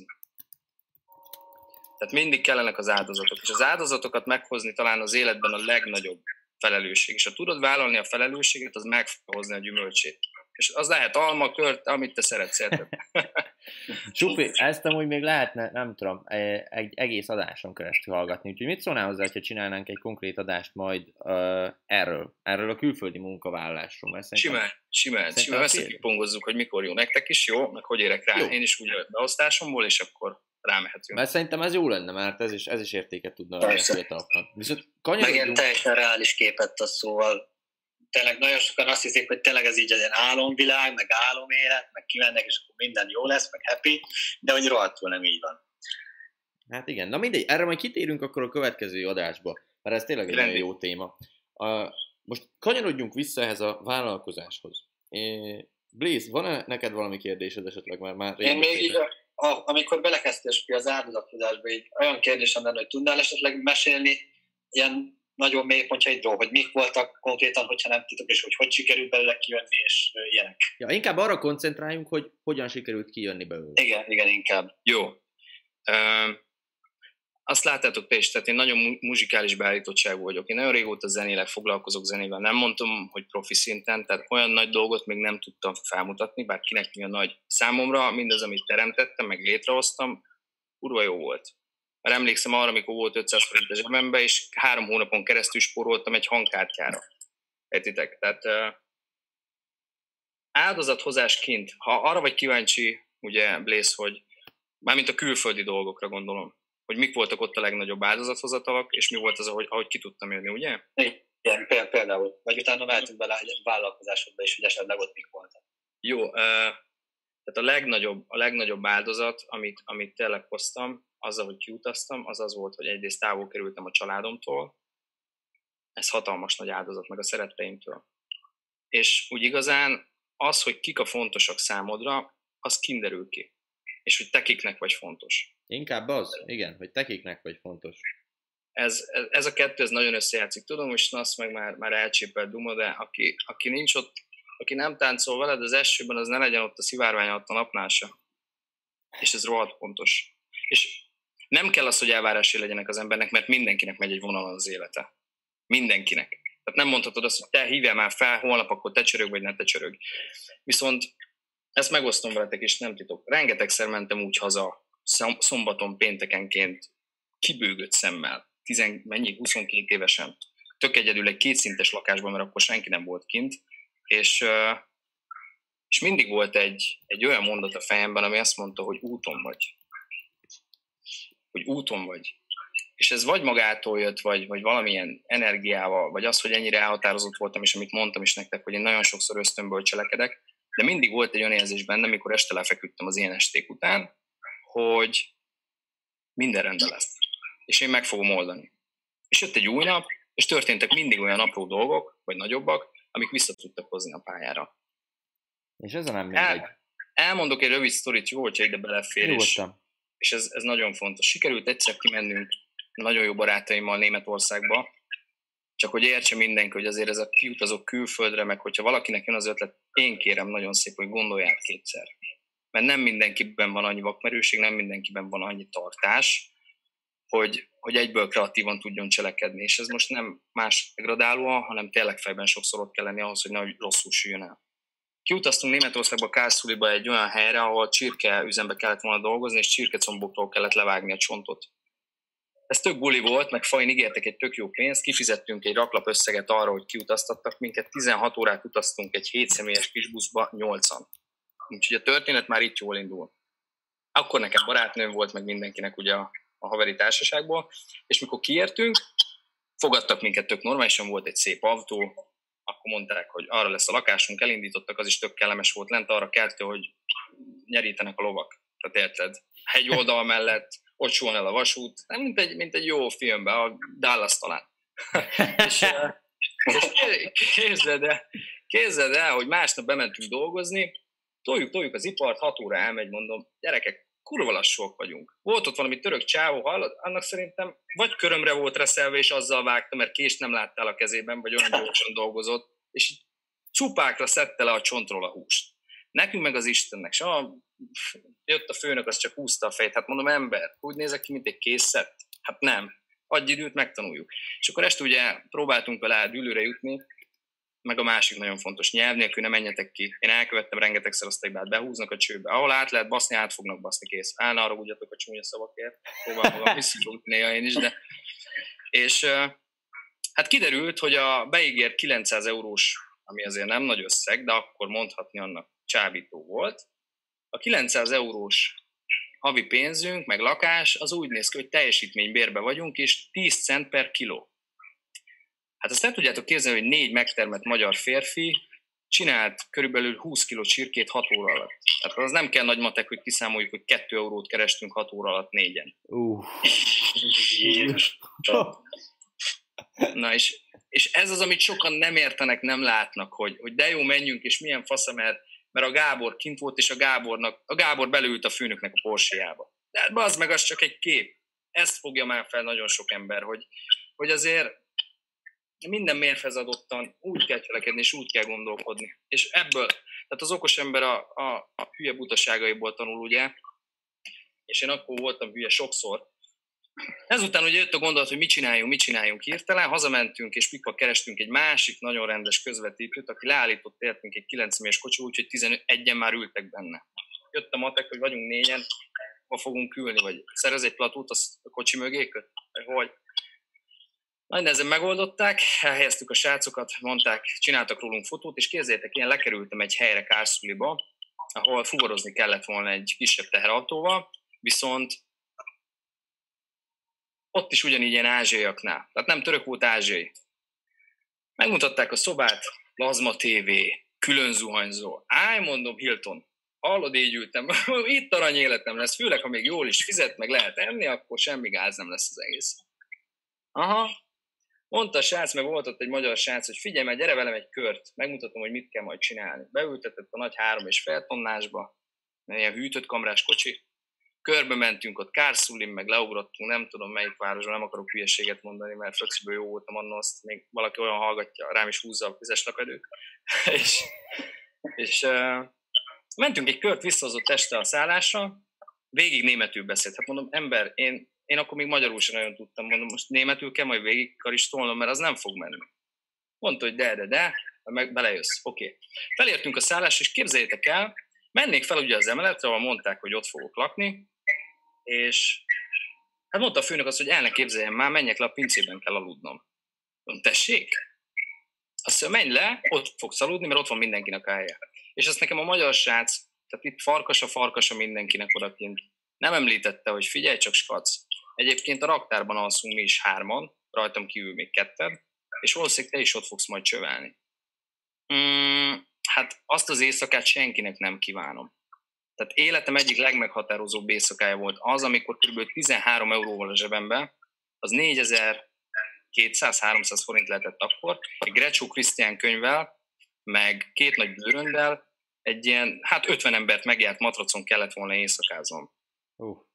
Tehát mindig kellenek az áldozatok. És az áldozatokat meghozni talán az életben a legnagyobb felelősség. És ha tudod vállalni a felelősséget, az meg fog hozni a gyümölcsét. És az lehet alma, kört, amit te szeretsz, érted? Supi, ezt amúgy még lehetne, nem tudom, egy egész adáson keresztül hallgatni. Úgyhogy mit szólnál hozzá, ha csinálnánk egy konkrét adást majd uh, erről, erről a külföldi munkavállalásról? Simán, simán, simán összekipongozzuk, hogy mikor jó nektek is, jó, meg hogy érek rá. Jó. Én is úgy a beosztásomból, és akkor rámehetünk. Mert szerintem ez jó lenne, mert ez is, ez is értéket tudna a fiataloknak. Viszont kanyarodjunk... Meg teljesen reális képet az, szóval tényleg nagyon sokan azt hiszik, hogy tényleg ez így egy álomvilág, meg álomélet, meg kimennek, és akkor minden jó lesz, meg happy, de hogy rohadtul nem így van. Hát igen, na mindegy, erre majd kitérünk akkor a következő adásba, mert ez tényleg egy Rendi. nagyon jó téma. Uh, most kanyarodjunk vissza ehhez a vállalkozáshoz. É, Blaze, van-e neked valami kérdésed esetleg már? már Én még így, a, a, amikor belekezdtél az áldozathozásba, így olyan kérdésem lenne, hogy tudnál esetleg mesélni ilyen nagyon mély pontjaidról, hogy mik voltak konkrétan, hogyha nem titok, és hogy hogy sikerült belőle kijönni, és ilyenek. Ja, inkább arra koncentráljunk, hogy hogyan sikerült kijönni belőle. Igen, igen, inkább. Jó. Uh, azt láttátok te is, tehát én nagyon mu- muzsikális beállítottságú vagyok. Én nagyon régóta zenélek, foglalkozok zenével. Nem mondtam, hogy profi szinten, tehát olyan nagy dolgot még nem tudtam felmutatni, bár kinek mi a nagy számomra, mindaz, amit teremtettem, meg létrehoztam, kurva jó volt. Mert emlékszem arra, amikor volt ötszáz forint a zsebembe, és három hónapon keresztül spóroltam egy hangkártyára. Értitek? Tehát uh, áldozathozásként, ha arra vagy kíváncsi, ugye Blaze, hogy mármint a külföldi dolgokra gondolom, hogy mik voltak ott a legnagyobb áldozathozatalak, és mi volt az, ahogy, ahogy ki tudtam jönni, ugye? Igen, például. Vagy utána mehetünk bele egy vállalkozásodba is, hogy esetleg ott mik voltak. Jó, uh, tehát a legnagyobb, a legnagyobb áldozat, amit, amit tényleg hoztam, azzal, hogy kiutaztam, az az volt, hogy egyrészt távol kerültem a családomtól, ez hatalmas nagy áldozat, meg a szeretteimtől. És úgy igazán az, hogy kik a fontosak számodra, az kinderül ki. És hogy te kiknek vagy fontos. Inkább az, igen, hogy tekiknek vagy fontos. Ez, ez, ez a kettő, ez nagyon összejátszik. Tudom, hogy azt meg már, már elcsépelt Duma, de aki, aki nincs ott, aki nem táncol veled az esőben, az ne legyen ott a szivárvány alatt a napnál se. És ez rohadt fontos. És nem kell az, hogy elvárásai legyenek az embernek, mert mindenkinek megy egy vonalon az élete. Mindenkinek. Tehát nem mondhatod azt, hogy te hívjál már fel, holnap akkor te csörög, vagy ne te csörög. Viszont ezt megosztom veletek, és nem titok. Rengetegszer mentem úgy haza, szombaton, péntekenként, kibőgött szemmel, tizen, mennyi, huszonkét évesen. Tök egyedül egy kétszintes lakásban, mert akkor senki nem volt kint, és, és mindig volt egy, egy olyan mondat a fejemben, ami azt mondta, hogy úton vagy. Hogy úton vagy. És ez vagy magától jött, vagy, vagy valamilyen energiával, vagy az, hogy ennyire elhatározott voltam, és amit mondtam is nektek, hogy én nagyon sokszor ösztönből cselekedek, de mindig volt egy olyan érzés bennem, amikor este lefeküdtem az ilyen esték után, hogy minden rendben lesz. És én meg fogom oldani. És jött egy új nap, és történtek mindig olyan apró dolgok, vagy nagyobbak, amik vissza tudtak hozni a pályára. És ez a nem mindegy. El, elmondok egy rövid sztorit, jó, hogyha ide belefér, és, és ez, ez nagyon fontos. Sikerült egyszer kimennünk nagyon jó barátaimmal Németországba, csak hogy értse mindenki, hogy azért ez a kiutazok külföldre, meg hogyha valakinek jön az ötlet, én kérem nagyon szép, hogy gondolját kétszer. Mert nem mindenkiben van annyi vakmerőség, nem mindenkiben van annyi tartás, hogy, hogy egyből kreatívan tudjon cselekedni. És ez most nem más degradálóan, hanem tényleg fejben sokszor ott kell lenni ahhoz, hogy nehogy rosszul süljön el. Kiutaztunk Németországba, Karlsruhe-ba egy olyan helyre, ahol csirke üzembe kellett volna dolgozni, és csirkecombokról kellett levágni a csontot. Ez tök buli volt, meg fain ígértek egy tök jó pénzt, kifizettünk egy raklap összeget arra, hogy kiutaztattak minket, tizenhat órát utaztunk egy hétszemélyes kisbuszba, nyolcan. Úgyhogy a történet már itt jól indul. Akkor nekem barátnőm volt, meg mindenkinek ugye a, a haveri társaságból, és mikor kiértünk, fogadtak minket tök normálisan, volt egy szép autó, akkor mondták, hogy arra lesz a lakásunk, elindítottak, az is tök kellemes volt lent, arra kertő, hogy nyerítenek a lovak. Tehát érted? Hegyoldal mellett, ott suhan el a vasút, nem mint egy, mint egy jó filmben, a Dallas talán. és, és képzeld el, képzeld el, hogy másnap bementünk dolgozni, toljuk, toljuk az ipart, hat óra elmegy, mondom, gyerekek, kurva lassúak vagyunk. Volt ott valami török csávó, hallod, annak szerintem vagy körömre volt reszelve, és azzal vágta, mert kést nem láttál a kezében, vagy olyan gyorsan dolgozott, és csupákra szedte le a csontról a húst. Nekünk meg az Istennek, és ah, jött a főnök, az csak húzta a fejét. Hát mondom, ember, úgy nézek ki, mint egy készszett? Hát nem. Adj időt, megtanuljuk. És akkor este ugye próbáltunk vele dűlőre jutni, meg a másik nagyon fontos, nyelv nélkül ne menjetek ki. Én elkövettem rengetegszer azt, hogy behúznak a csőbe. Ahol át lehet baszni, át fognak baszni, kész. Állna arra ugyatok a csúnya szavakért. Próbál magam visszacsúgni néha én is, de... És hát kiderült, hogy a beígért kilencszáz eurós, ami azért nem nagy összeg, de akkor mondhatni annak csábító volt. A kilencszáz eurós havi pénzünk, meg lakás, az úgy néz ki, hogy teljesítménybérbe vagyunk, és tíz cent per kiló. Hát azt nem tudjátok képzelni, hogy négy megtermett magyar férfi csinált körülbelül húsz kiló csirkét hat óra alatt. Tehát az nem kell nagy matek, hogy kiszámoljuk, hogy kettő eurót kerestünk hat óra alatt négyen. Uh. Na és, és ez az, amit sokan nem értenek, nem látnak, hogy, hogy de jó, menjünk, és milyen fasza, mert, mert a Gábor kint volt, és a Gábornak, a Gábor belőült a főnöknek a Porsche-jába. De hát az meg az csak egy kép. Ezt fogja már fel nagyon sok ember, hogy, hogy azért minden mérfezadottan úgy kell cselekedni, és úgy kell gondolkodni. És ebből, tehát az okos ember a, a, a hülye butaságaiból tanul, ugye, és én akkor voltam hülye sokszor. Ezután ugye jött a gondolat, hogy mit csináljunk, mit csináljunk hirtelen, hazamentünk, és pikpak kerestünk egy másik nagyon rendes közvetítőt, aki leállított értünk egy kilenc személyes kocsi, úgyhogy tizenegyen már ültek benne. Jött a matek, hogy vagyunk négyen, hova fogunk ülni, vagy szerez egy platót a kocsi mögé köt, vagy nagy nehezen megoldották, elhelyeztük a srácokat, mondták, csináltak rólunk fotót, és képzeljétek, én lekerültem egy helyre Kárszuliba, ahol fuvarozni kellett volna egy kisebb teherautóval, viszont ott is ugyanígy ilyen ázsiaiaknál, tehát nem török volt, ázsiai. Megmutatták a szobát, plazma tévé, külön zuhanyzó. Áj, mondom, Hilton, hallod, így ültem, itt arany életem lesz, főleg, ha még jól is fizet, meg lehet enni, akkor semmi gáz nem lesz az egész. Aha. Mondta a srác, meg volt ott egy magyar srác, hogy figyelj meg, gyere velem egy kört, megmutatom, hogy mit kell majd csinálni. Beültetett a nagy három és fél tonnásba, ilyen hűtött kamrás kocsi. Körbe mentünk ott Kárszulin, meg leugrottunk, nem tudom melyik városban, nem akarok hülyeséget mondani, mert Fröxiből jó voltam annól, azt még valaki olyan hallgatja, rám is húzza a vizes lakadőt. és és uh, mentünk egy kört, visszahozott este a szállásra, végig németül beszélt. Hát mondom, ember, én Én akkor még magyarul sem nagyon tudtam, mondom, most németül kell majd végig karistolnom, mert az nem fog menni. Mondta, hogy de, de, de, meg belejössz, oké. Okay. Felértünk a szállásra, és képzeljétek el, mennék fel ugye az emeletre, ahol mondták, hogy ott fogok lakni, és hát mondta a főnök azt, hogy el ne képzeljem már, menjek le, a pincében kell aludnom. Mondom, tessék? Azt mondja, menj le, ott fogsz aludni, mert ott van mindenkinek a helye. És azt nekem a magyar srác, tehát itt farkasa, farkasa mindenkinek odakint, nem említette, hogy figyelj csak, skac. Egyébként a raktárban alszunk mi is hárman, rajtam kívül még ketted, és valószínűleg te is ott fogsz majd csövelni. Mm, hát azt az éjszakát senkinek nem kívánom. Tehát életem egyik legmeghatározóbb éjszakája volt az, amikor kb. tizenhárom euróval a zsebemben, az négyezer-kétszáz-háromszáz forint lehetett akkor, egy Grecsó Krisztián könyvvel, meg két nagy bőröndel, egy ilyen, hát ötven embert megjárt matracon kellett volna éjszakáznom. Uh. Uh,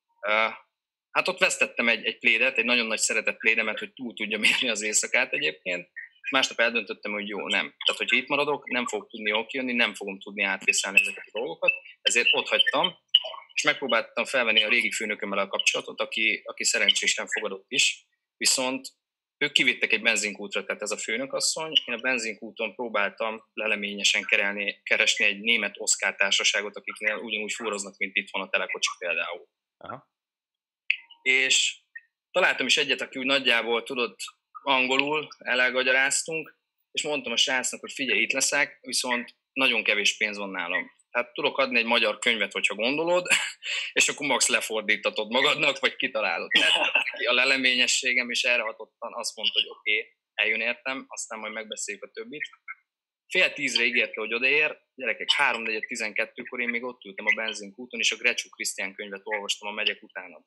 hát ott vesztettem egy, egy plédet, egy nagyon nagy szeretett plédemet, hogy túl tudja mérni az éjszakát egyébként. Másnap eldöntöttem, hogy jó, nem. Tehát, hogyha itt maradok, nem fogok tudni jól kijönni, nem fogom tudni átvészelni ezeket a dolgokat, ezért ott hagytam, és megpróbáltam felvenni a régi főnökömmel a kapcsolatot, aki, aki szerencsésen fogadott is, viszont ők kivittek egy benzinkútra, tehát ez a főnökasszony, én a benzinkúton próbáltam leleményesen kerelni, keresni egy német Oszkár társaságot, akiknél ugyanúgy fúroznak, mint itt van a telekocsi például. Aha. És találtam is egyet, aki úgy nagyjából tudott angolul, elelgagyaráztunk, és mondtam a srácnak, hogy figyelj, itt leszek, viszont nagyon kevés pénz van nálam. Tehát tudok adni egy magyar könyvet, hogyha gondolod, és akkor max lefordítatod magadnak, vagy kitalálod. Tehát a leleményességem is erre hatottan azt mondta, hogy oké, okay, eljön értem, aztán majd megbeszéljük a többit. Fél tízre ígérte, hogy odaér, gyerekek, háromnegyed tizenkettőkor én még ott ültem a benzinkúton, és a Grecsó Krisztián könyvet olvastam a megyek utánad.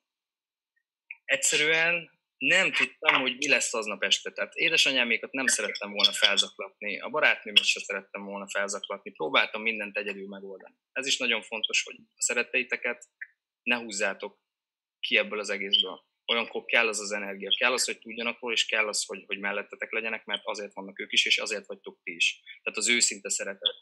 Egyszerűen nem tudtam, hogy mi lesz aznap este. Tehát édesanyámékat nem szerettem volna felzaklatni, a barátnőmet sem szerettem volna felzaklatni, próbáltam mindent egyedül megoldani. Ez is nagyon fontos, hogy a szeretteiteket ne húzzátok ki ebből az egészből. Olyankor kell az az energia, kell az, hogy tudjanak róla, és kell az, hogy, hogy mellettetek legyenek, mert azért vannak ők is, és azért vagytok ti is. Tehát az őszinte szeretet.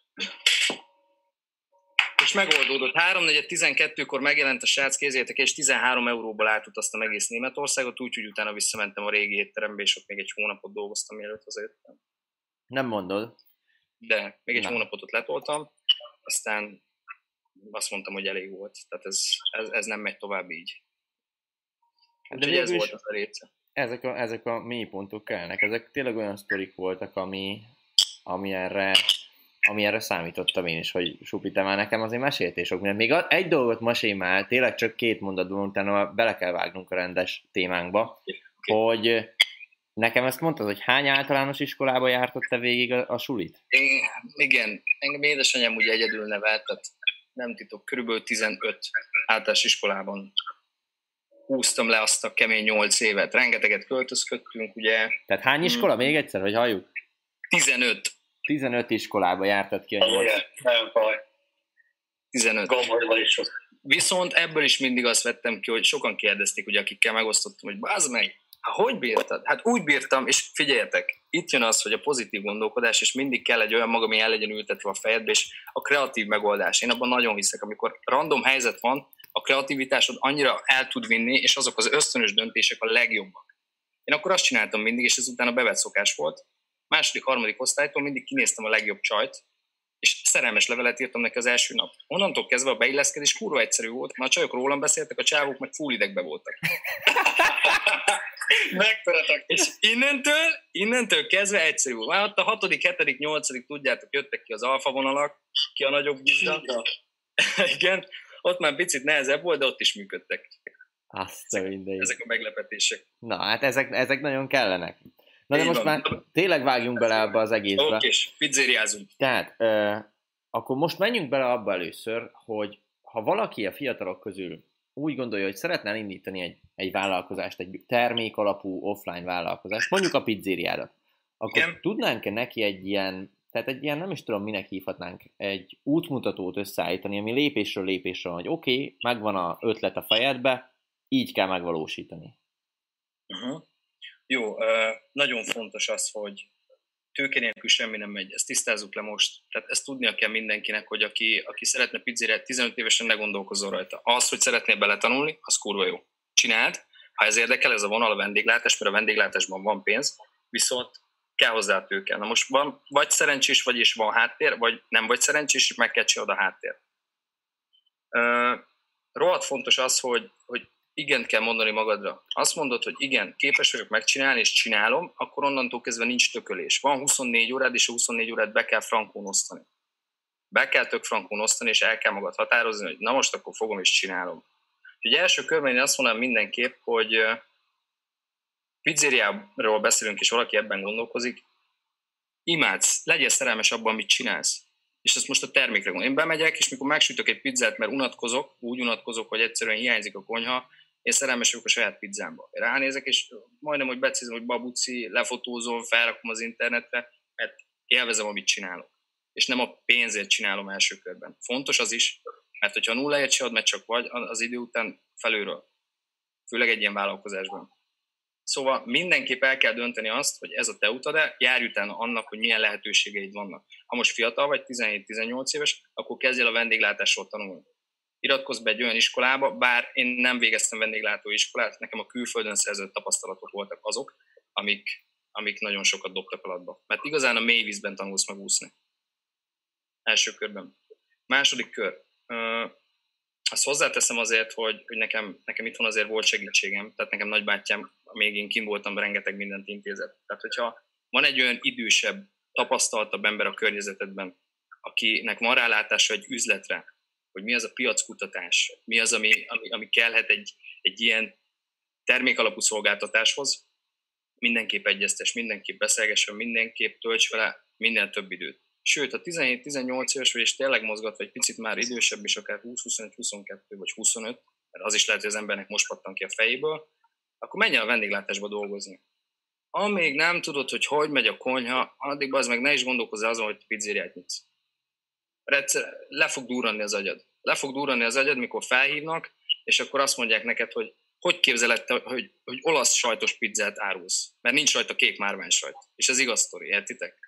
És megoldódott. háromnegyed tizenkettőkor megjelent a srác, kézzétek, és tizenhárom euróból átutaztam egész Németországot, úgyhogy utána visszamentem a régi étterembe, és ott még egy hónapot dolgoztam, mielőtt hazajöttem. Nem mondod. De még egy Nem. hónapot ott letoltam, aztán azt mondtam, hogy elég volt. Tehát ez, ez, ez nem megy tovább így. Úgyhogy ez volt az a része. Ezek a, ezek a mélypontok kellnek. Ezek tényleg olyan sztorik voltak, ami, ami erre... ami erre számítottam én is, hogy Supi, te már nekem azért meséltél sok mindent. Még egy dolgot mesélj már, tényleg csak két mondatban, utána bele kell vágnunk a rendes témánkba, okay. Hogy nekem ezt mondtad, hogy hány általános iskolába jártad te végig a, a sulit? Én, igen, engem édesanyám ugye egyedül nevelt, tehát nem titok, körülbelül tizenöt általános iskolában húztam le azt a kemény nyolc évet. Rengeteget költözködtünk, ugye. Tehát hány iskola? Hmm. Még egyszer, hogy halljuk? tizenöt. tizenöt iskolába jártad ki a nyolc. Igen, nagyon baj. tizenöt. Gomborban is sok. Viszont ebből is mindig azt vettem ki, hogy sokan kérdezték, ugye, akikkel megosztottam, hogy bázd meg, hát hogy bírtad? Hát úgy bírtam, és figyeljetek, itt jön az, hogy a pozitív gondolkodás, és mindig kell egy olyan maga, ami el legyen ültetve a fejedbe, és a kreatív megoldás. Én abban nagyon hiszek, amikor random helyzet van, a kreativitásod annyira el tud vinni, és azok az ösztönös döntések a legjobbak. Én akkor azt csináltam mindig, és ez utána bevett szokás volt. Második, harmadik osztálytól mindig kinéztem a legjobb csajt, és szerelmes levelet írtam neki az első nap. Onnantól kezdve a beilleszkedés kurva egyszerű volt, mert a csajok rólam beszéltek, a csávok meg full idegbe voltak. Megperatak. És innentől, innentől kezdve egyszerű volt. Már ott a hatodik, hetedik, nyolcadik, tudjátok, jöttek ki az alfa vonalak, ki a nagyobb gizda. Igen, ott már picit nehezebb volt, de ott is működtek. Azt a mindegy. Ezek a meglepetések. Na, hát ezek, ezek nagyon kellenek. Na de Így most van. már tényleg vágjunk bele abba az egészbe. Oké, és pizzériázunk. Tehát, ö, akkor most menjünk bele abba először, hogy ha valaki a fiatalok közül úgy gondolja, hogy szeretne elindítani egy, egy vállalkozást, egy termék alapú offline vállalkozást, mondjuk a pizzériádat, akkor Igen. tudnánk-e neki egy ilyen, tehát egy ilyen, nem is tudom, minek hívhatnánk, egy útmutatót összeállítani, ami lépésről lépésre van, hogy oké, okay, megvan az ötlet a fejedbe, így kell megvalósítani. Uh-huh. Jó, uh, nagyon fontos az, hogy tőke nélkül semmi nem megy. Ezt tisztázzuk le most. Tehát ezt tudnia kell mindenkinek, hogy aki, aki szeretne pizzériát, tizenöt évesen ne gondolkozzon rajta. Az, hogy szeretnél beletanulni, az kurva jó. Csináld. Ha ez érdekel, ez a vonal a vendéglátás, mert a vendéglátásban van pénz, viszont kell hozzá a tőke. Na most van, vagy szerencsés vagy, és van háttér, vagy nem vagy szerencsés, és meg kell csinálod a háttér. Uh, rohadt fontos az, hogy, hogy igent kell mondani magadra. Azt mondod, hogy igen, képes vagyok megcsinálni, és csinálom, akkor onnantól kezdve nincs tökölés. Van huszonnégy órád, és a huszonnégy órát be kell frankón osztani. Be kell tök frankón osztani, és el kell magad határozni, hogy na most akkor fogom és csinálom. Úgyhogy első körben én azt mondanám mindenképp, hogy pizzériáról beszélünk, és valaki ebben gondolkozik, imádsz, legyél szerelmes abban, amit csinálsz. És ezt most a termékre gondolom. Én bemegyek, és mikor megsütök egy pizzát, mert unatkozok, úgy unatkozok, hogy egyszerűen hiányzik a konyha, én szerelmes vagyok a saját pizzámba. Ránézek, és majdnem, hogy becézem, hogy babuci, lefotózom, felrakom az internetre, mert élvezem, amit csinálok. És nem a pénzért csinálom első körben. Fontos az is, mert hogyha nulláért se ad, mert csak vagy, az idő után felülről. Főleg egy ilyen vállalkozásban. Szóval mindenképp el kell dönteni azt, hogy ez a te utad-e, járj utána annak, hogy milyen lehetőségeid vannak. Ha most fiatal vagy, tizenhét-tizennyolc éves, akkor kezdjél a vendéglátásról tanulni. Iratkozz be egy olyan iskolába, bár én nem végeztem vendéglátóiskolát, nekem a külföldön szerzett tapasztalatok voltak azok, amik, amik nagyon sokat dobtak alatba. Mert igazán a mély vízben tanulsz megúszni. Első körben. Második kör. Azt hozzáteszem azért, hogy, hogy nekem, nekem itthon azért volt segítségem, tehát nekem nagybátyám, még én kim voltam, rengeteg mindent intézett. Tehát, hogyha van egy olyan idősebb, tapasztaltabb ember a környezetedben, akinek van rálátása egy üzletre, hogy mi az a piackutatás, mi az, ami, ami, ami kellhet egy, egy ilyen termékalapú szolgáltatáshoz, mindenképp egyeztes, mindenképp beszélgessen, mindenképp tölts vele minden több időt. Sőt, ha tizenhét-tizennyolc éves vagy, és tényleg mozgat, vagy picit már idősebb is, akár húsz-huszonegy-huszonkettő vagy huszonöt, mert az is lehet, hogy az embernek most pattan ki a fejéből, akkor menj el a vendéglátásba dolgozni. Amíg nem tudod, hogy hogy megy a konyha, addig az meg ne is gondolkozz azon, hogy pizzériát nyitsz. Mert egyszer le fog durranni az agyad. Le fog durranni az agyad, mikor felhívnak, és akkor azt mondják neked, hogy hogy képzeled te, hogy, hogy olasz sajtos pizzát árulsz. Mert nincs rajta kék márvány sajt. És ez igaz sztori, értitek?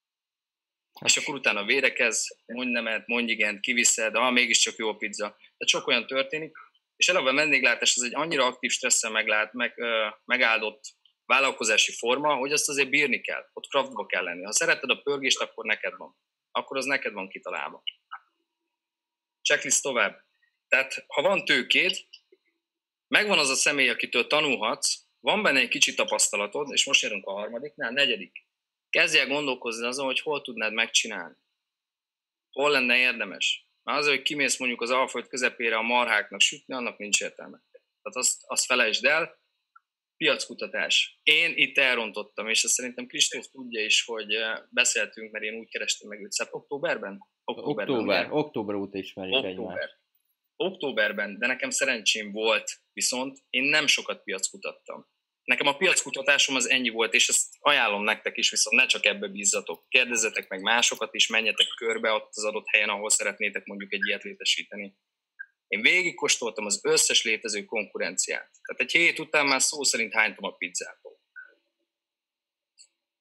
És akkor utána vérekez, mondj nemet, mondj igent, kiviszed, ah, mégiscsak jó a pizza. Tehát sok olyan történik, és eleve a vendéglátás ez egy annyira aktív stresszel meglát, meg, ö, megáldott vállalkozási forma, hogy azt azért bírni kell, ott craftba kell lenni. Ha szereted a pörgést, akkor neked van. Akkor az neked van kitalálva. Checklist tovább. Tehát, ha van tőkéd, megvan az a személy, akitől tanulhatsz, van benne egy kicsi tapasztalatod, és most érünk a harmadiknál, negyedik. Kezdj el gondolkozni azon, hogy hol tudnád megcsinálni. Hol lenne érdemes. Már az, hogy kimész mondjuk az Alföld közepére a marháknak sütni, annak nincs értelme. Tehát azt, azt felejtsd el. Piackutatás. Én itt elrontottam, és azt szerintem Kristóf tudja is, hogy beszéltünk, mert én úgy kerestem meg őt. Szóval októberben? Októberben, október, október óta ismerjük október. egymást. Októberben, de nekem szerencsém volt, viszont én nem sokat piackutattam. Nekem a piackutatásom az ennyi volt, és ezt ajánlom nektek is, viszont ne csak ebbe bízzatok. Kérdezzetek meg másokat is, menjetek körbe ott az adott helyen, ahol szeretnétek mondjuk egy ilyet létesíteni. Én végigkóstoltam az összes létező konkurenciát. Tehát egy hét után már szó szerint hánytam a pizzától.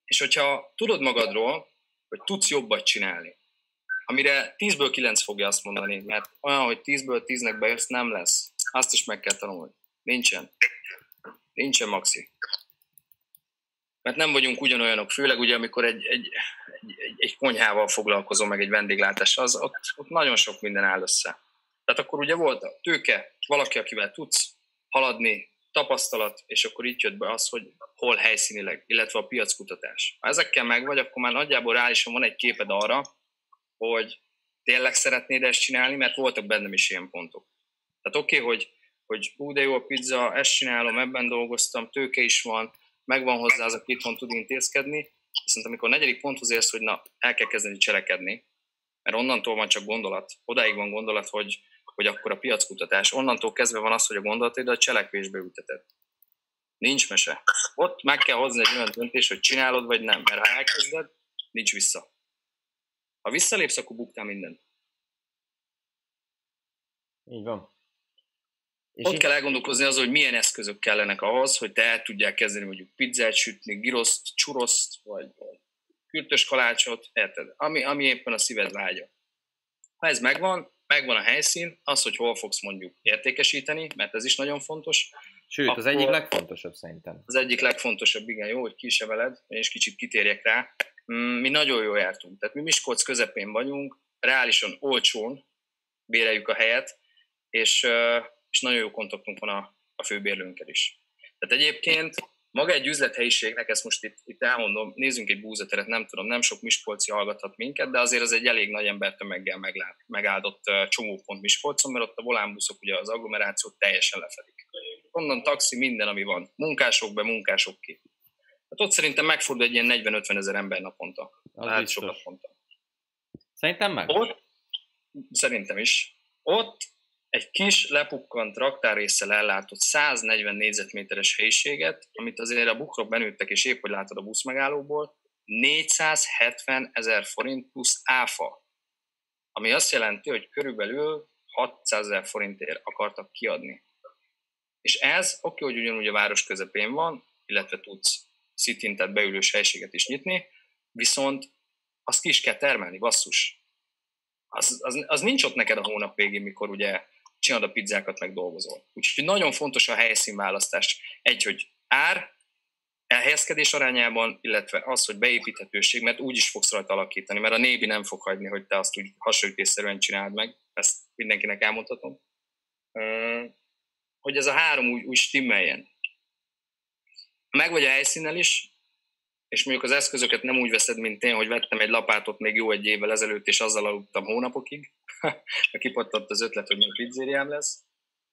És hogyha tudod magadról, hogy tudsz jobbat csinálni, amire tízből kilenc fogja azt mondani, mert olyan, hogy tízből tíznek bejössz, nem lesz. Azt is meg kell tanulni. Nincsen. Nincsen, Maxi. Mert nem vagyunk ugyanolyanok, főleg ugye, amikor egy, egy, egy, egy, egy konyhával foglalkozom, meg egy vendéglátással, az ott, ott nagyon sok minden áll össze. Tehát akkor ugye volt a tőke, valaki, akivel tudsz haladni, tapasztalat, és akkor itt jött be az, hogy hol helyszínileg, illetve a piackutatás. Ha ezekkel meg vagy, akkor már nagyjából reálisan van egy képed arra, hogy tényleg szeretnéd ezt csinálni, mert voltak bennem is ilyen pontok. Tehát oké, okay, hogy, hogy ú, de jó a pizza, ezt csinálom, ebben dolgoztam, tőke is van, megvan hozzá az, aki itthon tud intézkedni, viszont amikor a negyedik ponthoz érsz, hogy na, el kell kezdeni cselekedni, mert onnantól van csak gondolat, odáig van gondolat, hogy, hogy akkor a piackutatás, onnantól kezdve van az, hogy a gondolatod a cselekvésbe ülteted. Nincs mese. Ott meg kell hozni egy olyan döntés, hogy csinálod vagy nem, mert ha elkezded, nincs vissza. Ha visszalépsz, akkor buktál mindent. Így van. És ott én... kell elgondolkozni az, hogy milyen eszközök kellenek ahhoz, hogy te el tudjál kezdeni mondjuk pizzát sütni, giroszt, csuroszt, vagy kürtös kalácsot, érted? Ami, ami éppen a szíved vágya. Ha ez megvan, megvan a helyszín, az, hogy hol fogsz mondjuk értékesíteni, mert ez is nagyon fontos. Sőt, az egyik legfontosabb szerintem. Az egyik legfontosabb, igen, jó, hogy ki is emeled, és kicsit kitérjek rá. Mi nagyon jól jártunk. Tehát mi Miskolc közepén vagyunk, reálisan olcsón béreljük a helyet, és, és nagyon jó kontaktunk van a, a főbérlőnkkel is. Tehát egyébként maga egy üzlethelyiségnek, ezt most itt, itt elmondom, nézzünk egy búzateret, nem tudom, nem sok miskolci hallgathat minket, de azért az egy elég nagy embertömeggel meglát, megáldott csomópont Miskolcon, mert ott a volánbuszok ugye az agglomerációt teljesen lefedik. Onnan taxi, minden, ami van. Munkások be, munkások ki. Hát ott szerintem megfordul egy ilyen negyven-ötven ezer ember naponta. Hát sokat mondtam. Szerintem meg? Ott, szerintem is. Ott egy kis lepukkant raktárrésszel ellátott száznegyven négyzetméteres helyiséget, amit azért a bukrok benőttek, és épp hogy látod a buszmegállóból, négyszázhetven ezer forint plusz áfa. Ami azt jelenti, hogy körülbelül hatszázezer forintért akartak kiadni. És ez, oké, hogy ugyanúgy a város közepén van, illetve tudsz sit-in, tehát beülős helységet is nyitni, viszont azt ki is kell termelni, basszus. Az, az, az nincs ott neked a hónap végén, mikor ugye csinálod a pizzákat, meg dolgozol. Úgyhogy nagyon fontos a helyszínválasztás. Egy, hogy ár, elhelyezkedés arányában, illetve az, hogy beépíthetőség, mert úgy is fogsz rajta alakítani, mert a nébi nem fog hagyni, hogy te azt úgy hasonlítésszerűen csináld meg. Ezt mindenkinek elmondhatom. Hogy ez a három úgy, úgy stimmeljen. Meg vagy a helyszínnel is, és mondjuk az eszközöket nem úgy veszed, mint én, hogy vettem egy lapátot még jó egy évvel ezelőtt, és azzal aludtam hónapokig, kipattant az ötlet, hogy még pizzériám lesz.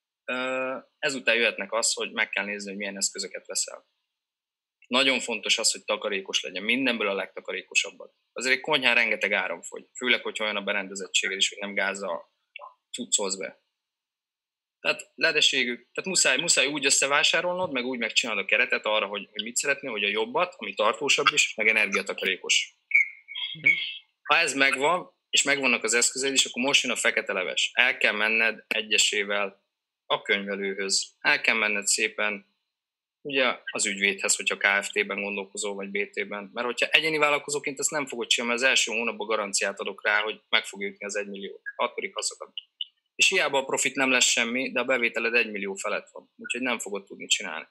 Ezután jöhetnek az, hogy meg kell nézni, hogy milyen eszközöket veszel. Nagyon fontos az, hogy takarékos legyen, mindenből a legtakarékosabbat. Azért egy konyhán rengeteg áram fogy, főleg, hogyha olyan a berendezettséged is, hogy nem gázzal cuccolsz be. Tehát ledeségük, tehát muszáj, muszáj úgy összevásárolnod, meg úgy megcsinálod a keretet arra, hogy, hogy mit szeretnél, hogy a jobbat, ami tartósabb is, meg energiatakarékos. Mm. Ha ez megvan, és megvannak az eszközeid is, akkor most jön a fekete leves. El kell menned egyesével a könyvelőhöz. El kell menned szépen ugye az ügyvédhez, hogyha ká ef té-ben gondolkozol, vagy bé té-ben. Mert hogyha egyéni vállalkozóként ezt nem fogod csinálni, mert az első hónapban garanciát adok rá, hogy meg fog jutni az egymillió. Akkor haszokat. És hiába a profit nem lesz semmi, de a bevételed egy millió felett van. Úgyhogy nem fogod tudni csinálni.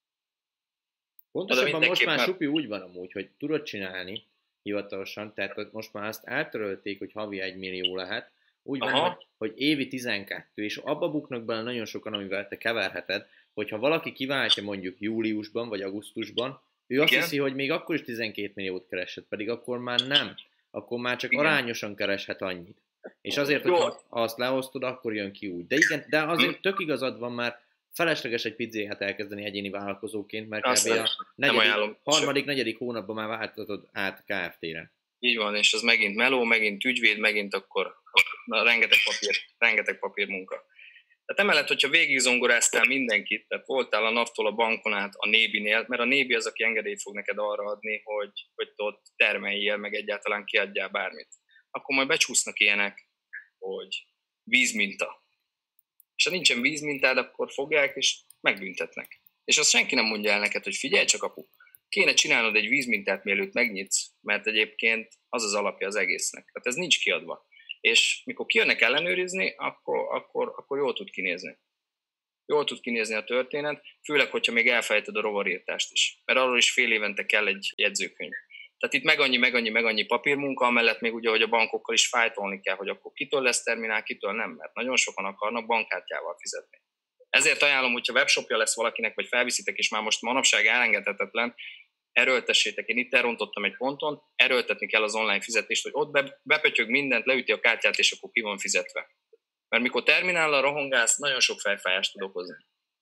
Pontosabban most már, Supi, úgy van amúgy, hogy tudod csinálni hivatalosan, tehát most már azt eltörölték, hogy havi egy millió lehet. Úgy van, hogy, hogy évi tizenkettő, és abba buknak bele nagyon sokan, amivel te keverheted, hogyha valaki kiváltja mondjuk júliusban vagy augusztusban, ő azt Igen? hiszi, hogy még akkor is tizenkét milliót kereshet, pedig akkor már nem. Akkor már csak Igen. arányosan kereshet annyit. És azért, hogyha azt leosztod, akkor jön ki úgy. De igen, de azért tök igazad van, már felesleges egy pizzéját elkezdeni egyéni vállalkozóként, mert kb. A negyedik, harmadik, negyedik hónapban már váltatod át ká ef té-re. Így van, és az megint meló, megint ügyvéd, megint akkor na, rengeteg papír, rengeteg papír munka. Tehát emellett, hogyha végig zongoráztál mindenkit, tehát voltál a naptól a bankon át a nébinél, mert a nébi az, aki engedélyt fog neked arra adni, hogy, hogy te ott termeljél, meg egyáltalán kiadjál bármit. Akkor majd becsúsznak ilyenek, hogy vízminta. És ha nincsen vízmintád, akkor fogják és megbüntetnek. És azt senki nem mondja el neked, hogy figyelj csak apu, kéne csinálnod egy vízmintát, mielőtt megnyitsz, mert egyébként az az alapja az egésznek. Tehát ez nincs kiadva. És mikor kijönnek ellenőrizni, akkor, akkor, akkor jól tud kinézni. Jól tud kinézni a történet, főleg, hogyha még elfelejted a rovarírtást is. Mert arról is fél évente kell egy jegyzőkönyv. Tehát itt meg annyi, meg annyi, meg annyi papírmunka, amellett még ugye, hogy a bankokkal is fájtolni kell, hogy akkor kitől lesz terminál, kitől nem, mert nagyon sokan akarnak bankkártyával fizetni. Ezért ajánlom, hogyha webshopja lesz valakinek, vagy felviszitek, és már most manapság elengedhetetlen, erőltessétek. Én itt elrontottam egy ponton, erőltetni kell az online fizetést, hogy ott be, bepötyög mindent, leüti a kártyát, és akkor ki van fizetve. Mert mikor terminállal rohongálsz, nagyon sok fejfájást tud okozni.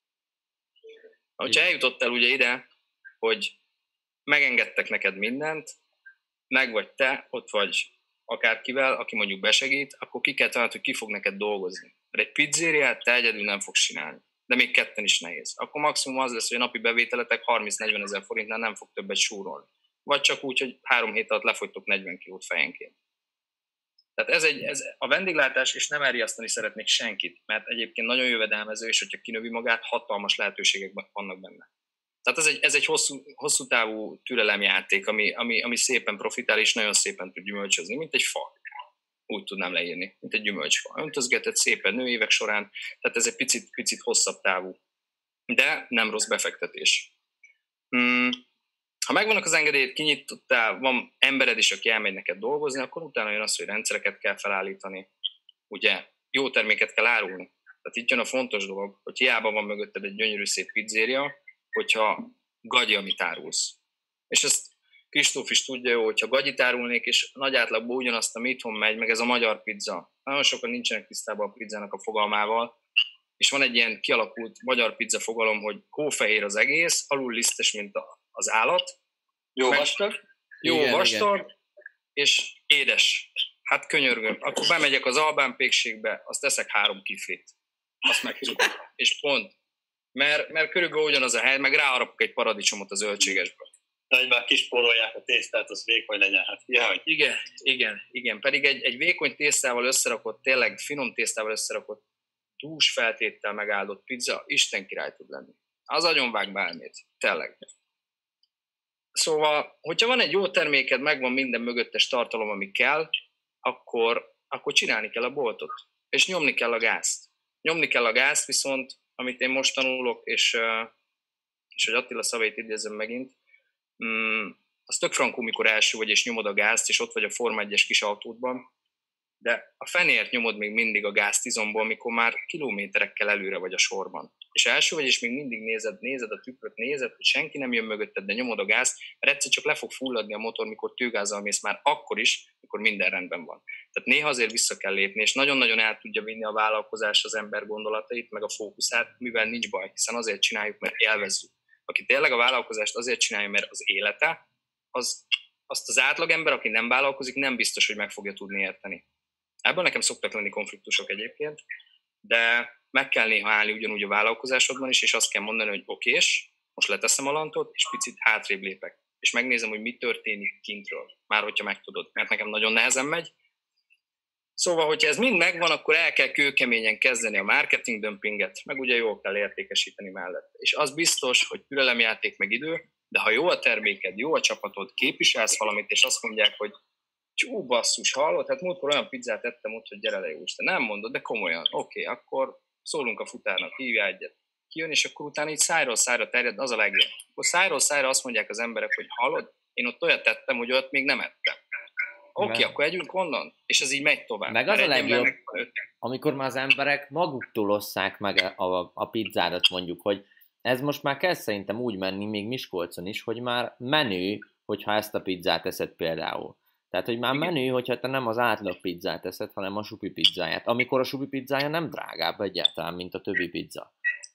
Ha eljutottál ugye ide, hogy megengedtek neked mindent, meg vagy te, ott vagy akárkivel, aki mondjuk besegít, akkor ki kell találni, hogy ki fog neked dolgozni. Mert egy pizzériát te egyedül nem fogsz csinálni. De még ketten is nehéz. Akkor maximum az lesz, hogy a napi bevételetek harminc-negyven ezer forintnál nem fog többet súrolni. Vagy csak úgy, hogy három hét alatt lefogytok negyven kilót fejenként. Tehát ez, egy, ez a vendéglátás, és nem elriasztani szeretnék senkit, mert egyébként nagyon jövedelmező, és hogyha kinövi magát, hatalmas lehetőségek vannak benne. Tehát ez egy, ez egy hosszú, hosszú távú türelemjáték, ami, ami, ami szépen profitál, és nagyon szépen tud gyümölcsözni, mint egy fa. Úgy tudnám leírni, mint egy gyümölcsfa. Öntözgetett szépen nő évek során, tehát ez egy picit, picit hosszabb távú, de nem rossz befektetés. Hmm. Ha megvannak az engedélyt, kinyitottál, van embered is, aki elmegy neked dolgozni, akkor utána jön az, hogy rendszereket kell felállítani. Ugye, jó terméket kell árulni. Tehát itt jön a fontos dolog, hogy hiába van mögötted egy gyönyörű szép pizzéria, hogyha gagyi, amit árulsz. És ezt Kristóf is tudja jó, hogyha gagyit árulnék, és nagy átlagban ugyanazt, ami itthon megy, meg ez a magyar pizza. Nagyon sokan nincsenek tisztában a pizzának a fogalmával, és van egy ilyen kialakult magyar pizza fogalom, hogy hófehér az egész, alul lisztes, mint az állat. Jó meg, vastag. Jó igen, vastag, igen. És édes. Hát könyörgöm. Akkor bemegyek az Albán pékségbe, azt teszek három kiflit. Azt megcsukom. És pont. Mert, mert körülbelül ugyanaz a hely, meg ráharapok egy paradicsomot az zöldségesbe. De hogy már kispórolják a tésztát, az vékony legyen. Hát, jaj. Igen, igen, igen. Pedig egy, egy vékony tésztával összerakott, tényleg finom tésztával összerakott, dús feltéttel megáldott pizza, Isten király tud lenni. Az agyonvág bármit. Tényleg. Szóval, hogyha van egy jó terméked, megvan minden mögöttes tartalom, ami kell, akkor, akkor csinálni kell a boltot. És nyomni kell a gázt. Nyomni kell a gázt, viszont, amit én most tanulok, és, és hogy Attila szavait idézem megint, az tök frankó, mikor első vagy, és nyomod a gázt, és ott vagy a Forma egyes kis autódban, de a fenéért nyomod még mindig a gáztizomból, mikor már kilométerekkel előre vagy a sorban. És első vagy, és még mindig nézed, nézed a tükröt, nézed, hogy senki nem jön mögötted, de nyomod a gázt, mert egyszer csak le fog fulladni a motor, mikor tőgázzal mész már akkor is, mikor minden rendben van. Tehát néha azért vissza kell lépni, és nagyon-nagyon el tudja vinni a vállalkozás az ember gondolatait, meg a fókuszát, mivel nincs baj, hiszen azért csináljuk, mert élvezzük. Aki tényleg a vállalkozást azért csinálja, mert az élete, az, azt az átlagember, aki nem vállalkozik, nem biztos, hogy meg fogja tudni érteni. Ebből nekem szoktak lenni konfliktusok egyébként, de meg kell néha állni ugyanúgy a vállalkozásodban is, és azt kell mondani, hogy okés, most leteszem a lantot, és picit hátrébb lépek. És megnézem, hogy mi történik kintről, már hogyha megtudod, mert nekem nagyon nehezen megy. Szóval, hogyha ez mind megvan, akkor el kell kőkeményen kezdeni a marketing dömpinget, meg ugye jól kell értékesíteni mellett. És az biztos, hogy türelemjáték meg idő, de ha jó a terméked, jó a csapatod, képviselsz valamit, és azt mondják, hogy csú, basszus, hallod? Hát múltkor olyan pizzát ettem ott, hogy gyere le, jó Isten. Nem mondod, de komolyan. Oké, okay, akkor szólunk a futárnak, hívja egyet. Kijön, és akkor utána így szájról szájra terjed, az a legjobb. Akkor szájról szájra azt mondják az emberek, hogy hallod, én ott olyat tettem, hogy olyat még nem ettem. Oké, okay, akkor együnk onnan, és ez így megy tovább. Meg az a legjobb, amikor már az emberek maguktól osszák meg a, a pizzádat, mondjuk, hogy ez most már kezd szerintem úgy menni, még Miskolcon is, hogy már menő, hogyha ezt a pizzát eszed például. Tehát, hogy már menő, hogyha te nem az átlag pizzát eszed, hanem a supi pizzáját. Amikor a supi pizzája nem drágább egyáltalán, mint a többi pizza.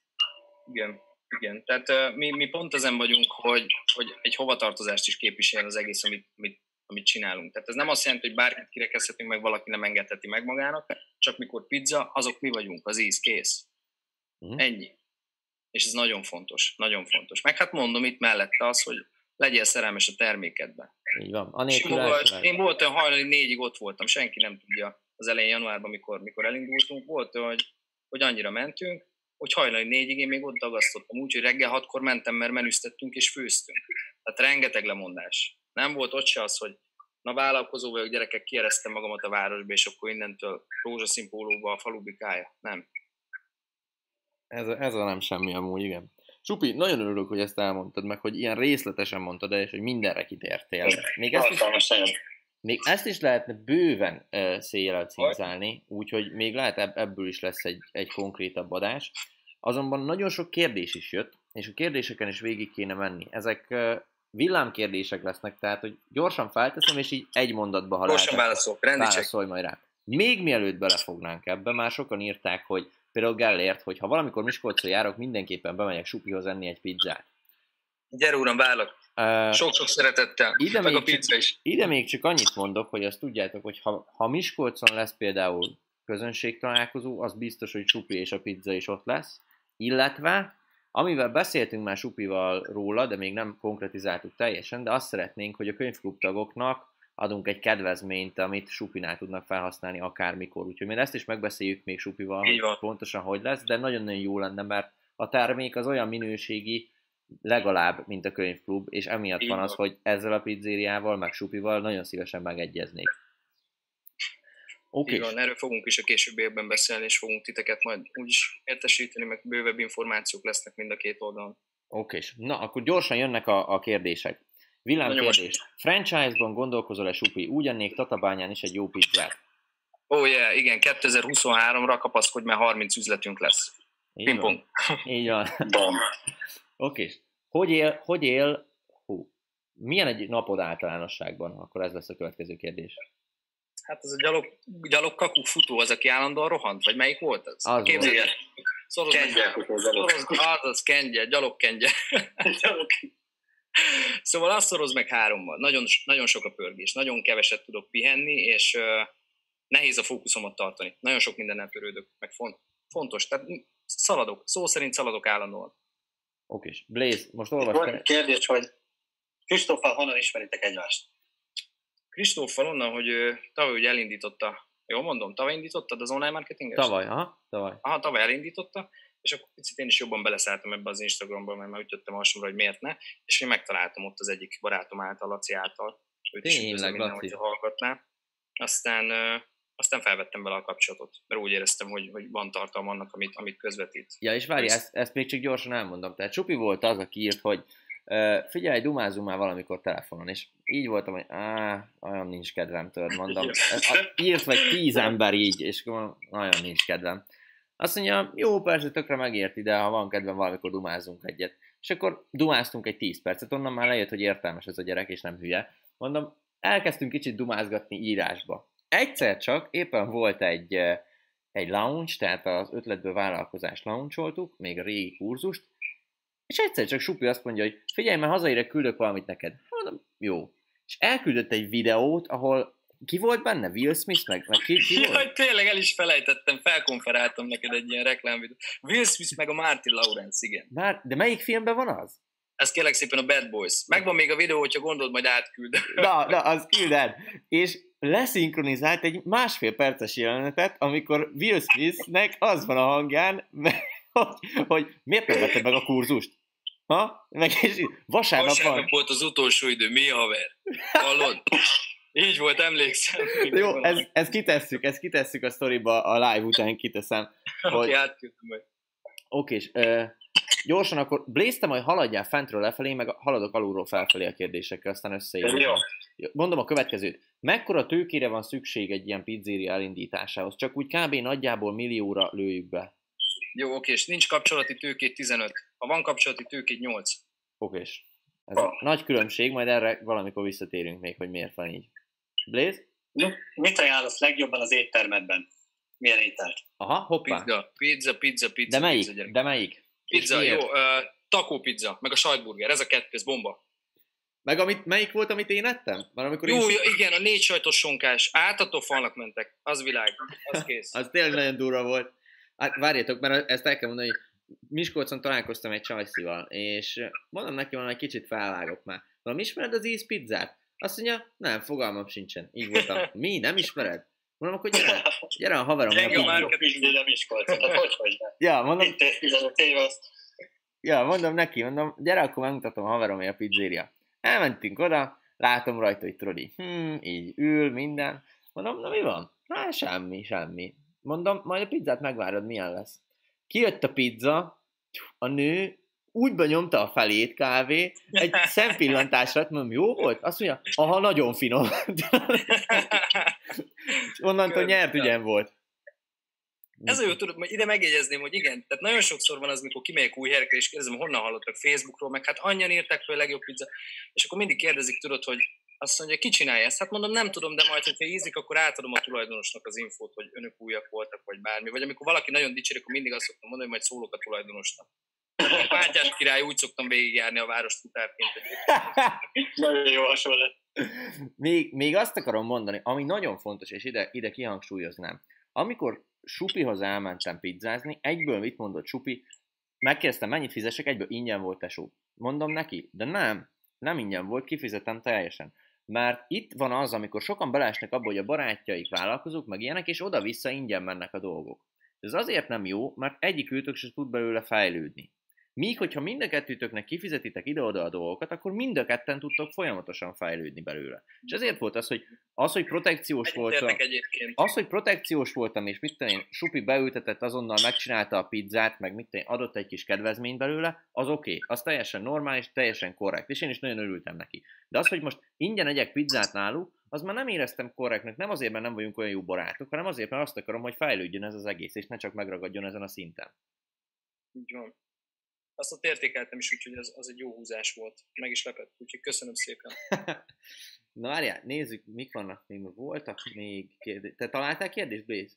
Igen, igen. Tehát uh, mi, mi pont ezen vagyunk, hogy, hogy egy hovatartozást is képviseljen az egész, amit, amit, amit csinálunk. Tehát ez nem azt jelenti, hogy bárkit kirekezhetünk, meg valaki nem engedheti meg magának, csak mikor pizza, azok mi vagyunk, az íz, kész. Uh-huh. Ennyi. És ez nagyon fontos, nagyon fontos. Meg hát mondom itt mellette az, hogy legyél szerelmes a termékedbe. Így van. Anélkül én volt olyan hajnali négyig ott voltam, senki nem tudja az elején januárban, mikor, mikor elindultunk, volt olyan, hogy, hogy annyira mentünk, hogy hajnali négyig én még ott dagasztottam, úgyhogy reggel hatkor mentem, mert menüztettünk és főztünk. Tehát rengeteg lemondás. Nem volt ott se az, hogy na vállalkozó vagyok, gyerekek, kieresztem magamat a városba, és akkor innentől rózsaszín pólóba a falubikája. Nem. Ez, ez a nem semmi amúgy, igen. Supi, nagyon örülök, hogy ezt elmondtad meg, hogy ilyen részletesen mondtad el, és hogy mindenre kitértél. Még ezt is, még ezt is lehetne bőven uh, széjjel címzálni, úgyhogy még lehet ebb, ebből is lesz egy, egy konkrétabb adás. Azonban nagyon sok kérdés is jött, és a kérdéseken is végig kéne menni. Ezek uh, villámkérdések lesznek, tehát hogy gyorsan felteszem, és így egy mondatba, ha gyorsan válaszol, válaszolj majd rá. Még mielőtt belefognánk ebbe, már sokan írták, hogy például Gellért, hogy ha valamikor Miskolcra járok, mindenképpen bemegyek Supihoz enni egy pizzát. Gyere uram, várlak. Uh, Sok-sok szeretettel. Ide meg még, a pizza is. Ide még csak annyit mondok, hogy azt tudjátok, hogy ha, ha Miskolcon lesz például közönségtalálkozó, az biztos, hogy Supi és a pizza is ott lesz. Illetve, amivel beszéltünk már Supival róla, de még nem konkretizáltuk teljesen, de azt szeretnénk, hogy a könyvklub tagoknak adunk egy kedvezményt, amit Supinál tudnak felhasználni akármikor. Úgyhogy még ezt is megbeszéljük még Supival, hogy pontosan hogy lesz, de nagyon-nagyon jó lenne, mert a termék az olyan minőségi, legalább, mint a könyvklub, és emiatt van az, hogy ezzel a pizzériával, meg Supival nagyon szívesen megegyeznék. Oké. Okay. Erről fogunk is a későbbiekben beszélni, és fogunk titeket majd úgyis értesíteni, meg bővebb információk lesznek mind a két oldalon. Oké. Okay. Na, akkor gyorsan jönnek a, a kérdések. Villámkérdés. Franchise-ban gondolkozol-e, Supi? Úgy ennék Tatabányán is egy jó pizzát. Ó, oh, yeah, igen, kétezer-huszonháromra kapaszkodj, mert harminc üzletünk lesz. Pingpong. Így van. Oké. Okay. Hogy él, hogy él, hú, milyen egy napod általánosságban? Akkor ez lesz a következő kérdés. Hát ez a gyalog, gyalog kakuk futó az, aki állandóan rohant, vagy melyik volt az? Az Képzelj, volt. Szoroz Kengye. Az, az Kengye, gyalog Kengye. Szóval azt szoroz meg hárommal. Nagyon, nagyon sok a pörgés, nagyon keveset tudok pihenni, és uh, nehéz a fókuszomat tartani. Nagyon sok mindennel törődök, meg font, fontos. Tehát szaladok, szó szerint szaladok állandóan. Oké, okay. Blaze, most olvasd. Kérdés, hogy Kristóffal honnan ismeritek egymást? Kristóffal onnan, hogy ő, tavaly ugye elindította, jól mondom, tavaly indítottad az online marketinget? Tavaly, aha, tavaly. Aha, tavaly elindította, és akkor picit én is jobban beleszálltam ebbe az Instagramban, mert már ütöttem hasonlóra, hogy miért ne, és én megtaláltam ott az egyik barátom által, Laci által, őt is üdvözlöm minden, hogyha hallgatná. Aztán, uh, aztán felvettem bele a kapcsolatot, mert úgy éreztem, hogy, hogy van tartalma annak, amit, amit közvetít. Ja, és várj, ezt, ezt még csak gyorsan elmondom. Tehát Supi volt az, aki írt, hogy uh, figyelj, dumázunk már valamikor telefonon, és így voltam, hogy áh, olyan nincs kedvem tőled, mondom. Ezt írt vagy tíz ember így, és nagyon nincs kedvem. Azt mondja, jó, persze, tökre megérti, de ha van kedvem, valamikor dumázunk egyet. És akkor dumáztunk egy tíz percet, onnan már lejött, hogy értelmes ez a gyerek, és nem hülye. Mondom, elkezdtünk kicsit dumázgatni írásba. Egyszer csak éppen volt egy, egy launch, tehát az ötletből vállalkozás launcholtuk, még a régi kurzust, és egyszer csak Supi azt mondja, hogy figyelj, már hazaire küldök valamit neked. Mondom, jó. És elküldött egy videót, ahol ki volt benne? Will Smith meg? meg ki, ki volt? Jaj, tényleg el is felejtettem, felkonferáltam neked egy ilyen reklámvideót. Will Smith meg a Martin Lawrence, igen. Már, de melyik filmben van az? Ez kérlek szépen a Bad Boys. Megvan még a videó, hogyha gondolod, majd átküld. Na, na, az külded. És leszinkronizált egy másfél perces jelenetet, amikor Will Smithnek az van a hangján, hogy, hogy miért nem vetted meg a kurzust? Ha? Meg és vasárnap, vasárnap van. volt az utolsó idő, mi haver? Hallod? Így volt, emlékszem. Jó, ez, ez kitesszük, ezt kitesszük a sztoriba, a live után kiteszem. Oké, okay, átküldtem meg. Oké, és uh, gyorsan akkor Blaze, te majd haladjál fentről lefelé, meg haladok alulról felfelé a kérdésekkel, aztán összeérjük. Mondom a következőt. Mekkora tőkére van szükség egy ilyen pizzéria elindításához? Csak úgy kb. Nagyjából millióra lőjük be. Jó, oké, és nincs kapcsolati tőkét tizenöt. Ha van kapcsolati tőkét nyolc. Oké, és ez ah. nagy különbség, majd erre valamikor visszatérünk még, hogy miért van így. Blaze? Mit ajánlasz legjobban az éttermedben? Milyen ételt? Aha, hoppá. Pizza, pizza, pizza, pizza. De melyik? Pizza, De melyik? Pizza, jó. Uh, taco pizza, meg a sajtburger. Ez a kettő, ez bomba. Meg amit, melyik volt, amit én ettem? Már amikor jó, én... jó, igen, a négy sajtos sonkás. Átadó falnak mentek. Az világ. Az kész. Az tényleg nagyon durva volt. Hát várjátok, mert ezt el kell mondani, hogy Miskolcon találkoztam egy csajszival, és mondom neki, hogy egy kicsit felvágok már. Mondom, ismered az íz pizzát? Azt mondja, nem, fogalmam sincsen. Így voltam. Mi, nem ismered? Mondom, akkor gyere, gyere a haverom. Gyere már a pizzére Miskolcon, hogy hogy ja, mondom, tizenöt év azt. Ja, mondom neki, mondom, gyere, akkor megmutatom a haverom a pizzéria. Elmentünk oda, látom rajta, hogy tudod így, hm, így ül, minden. Mondom, na mi van? Hát semmi, semmi. Mondom, majd a pizzát megvárod, milyen lesz. Kijött a pizza, a nő úgy benyomta a felét kávé, egy szempillantásra, mondom, jó volt? Azt mondja, aha, nagyon finom. Onnantól nyert ügyem volt. Ez a jó, tudod, hogy ide megjegyezném, hogy igen, tehát nagyon sokszor van az, mikor kimegyek új helyekre, és kérdezem, honnan hallottak Facebookról, meg hát annyian írták fel a legjobb pizza, és akkor mindig kérdezik, tudod, hogy azt mondja, ki csinálja ezt? Hát mondom, nem tudom, de majd, hogyha ízik, akkor átadom a tulajdonosnak az infót, hogy önök újak voltak, vagy bármi. Vagy amikor valaki nagyon dicsér, akkor mindig azt szoktam mondani, hogy majd szólok a tulajdonosnak. Mátyás király, úgy szoktam végigjárni a várost futárként. Nagyon jó hasonlat. Még, még azt akarom mondani, ami nagyon fontos, és ide, ide kihangsúlyoznám. Amikor Supihoz elmentem pizzázni, egyből mit mondott Supi? Megkérdeztem, mennyit fizessek, egyből ingyen volt, tesó. Mondom neki, de nem, nem ingyen volt, kifizetem teljesen. Mert itt van az, amikor sokan beleesnek abba, hogy a barátjaik vállalkozók, meg ilyenek, és oda-vissza ingyen mennek a dolgok. Ez azért nem jó, mert egyikőtök sem tud belőle fejlődni. Míg, hogyha mind a kettőtöknek kifizetitek ide-oda a dolgokat, akkor mind a ketten tudtok folyamatosan fejlődni belőle. És ezért volt az, hogy az, hogy protekciós voltam, az, hogy protekciós voltam, és mit tudom én, Supi beültetett, azonnal megcsinálta a pizzát, meg mit tudom én, adott egy kis kedvezményt belőle, az oké, okay. Az teljesen normális, teljesen korrekt, és én is nagyon örültem neki. De az, hogy most ingyen egyek pizzát náluk, az már nem éreztem korrektnek, nem azért, mert nem vagyunk olyan jó barátok, hanem azért, mert azt akarom, hogy fejlődjön ez az egész, és ne csak megragadjon ezen a szinten. Így van. Azt ott értékeltem is, úgyhogy az, az egy jó húzás volt. Meg is lepett, úgyhogy köszönöm szépen. Na várjál, nézzük, mik vannak még. Voltak még kérdések. Te találtál kérdést, Blaze?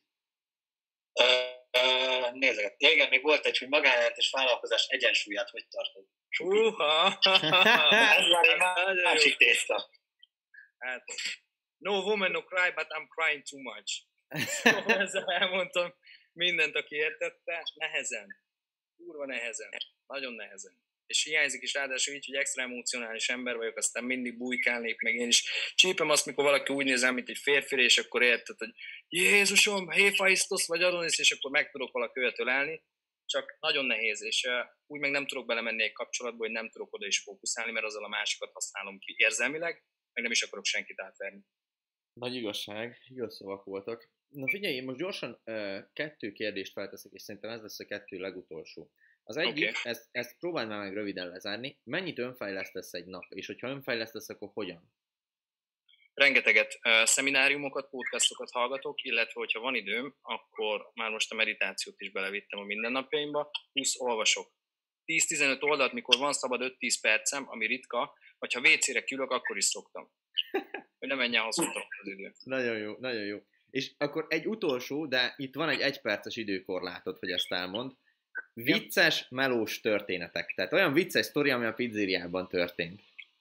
Uh, uh, nézzük. Ja, igen, még volt egy, hogy magánélet és vállalkozás egyensúlyát hogy tartod? Uha! Ez már egy másik tészta. Hát, no woman, no cry, but I'm crying too much. Szóval ezzel elmondtam mindent, aki értette, nehezen. Kurva nehezen. Nagyon nehezen. És hiányzik is ráadásul így, hogy extra emocionális ember vagyok, aztán mindig bujkálnék, meg én is csípem azt, mikor valaki úgy nézem, mint egy férfire, és akkor érted, hogy Jézusom, Héfaisztosz vagy Adonis, és akkor meg tudok valaki olyat ölelni, csak nagyon nehéz, és uh, úgy meg nem tudok belemenni egy kapcsolatba, hogy nem tudok oda is fókuszálni, mert azzal a másikat használom ki érzelmileg, meg nem is akarok senkit átverni. Nagy igazság, igaz szavak voltak. Na figyelj, én most gyorsan uh, kettő kérdést felteszek, és szerintem ez lesz a kettő legutolsó. Az egyik, okay. ezt, ezt próbáld már meg röviden lezárni, mennyit önfejlesztesz egy nap, és hogyha önfejlesztesz, akkor hogyan? Rengeteget uh, szemináriumokat, podcastokat hallgatok, illetve hogyha van időm, akkor már most a meditációt is belevittem a mindennapjaimba, plusz olvasok. tíz-tizenöt oldalt, mikor van szabad öt-tíz percem, ami ritka, vagy ha vécére külök, akkor is szoktam. Hogy ne menjen hosszúra az idő. Nagyon jó, nagyon jó. És akkor egy utolsó, de itt van egy egyperces időkorlátod, hogy ezt elmond. Vicces, melós történetek. Tehát olyan vicces sztori, ami a pizzériában történt.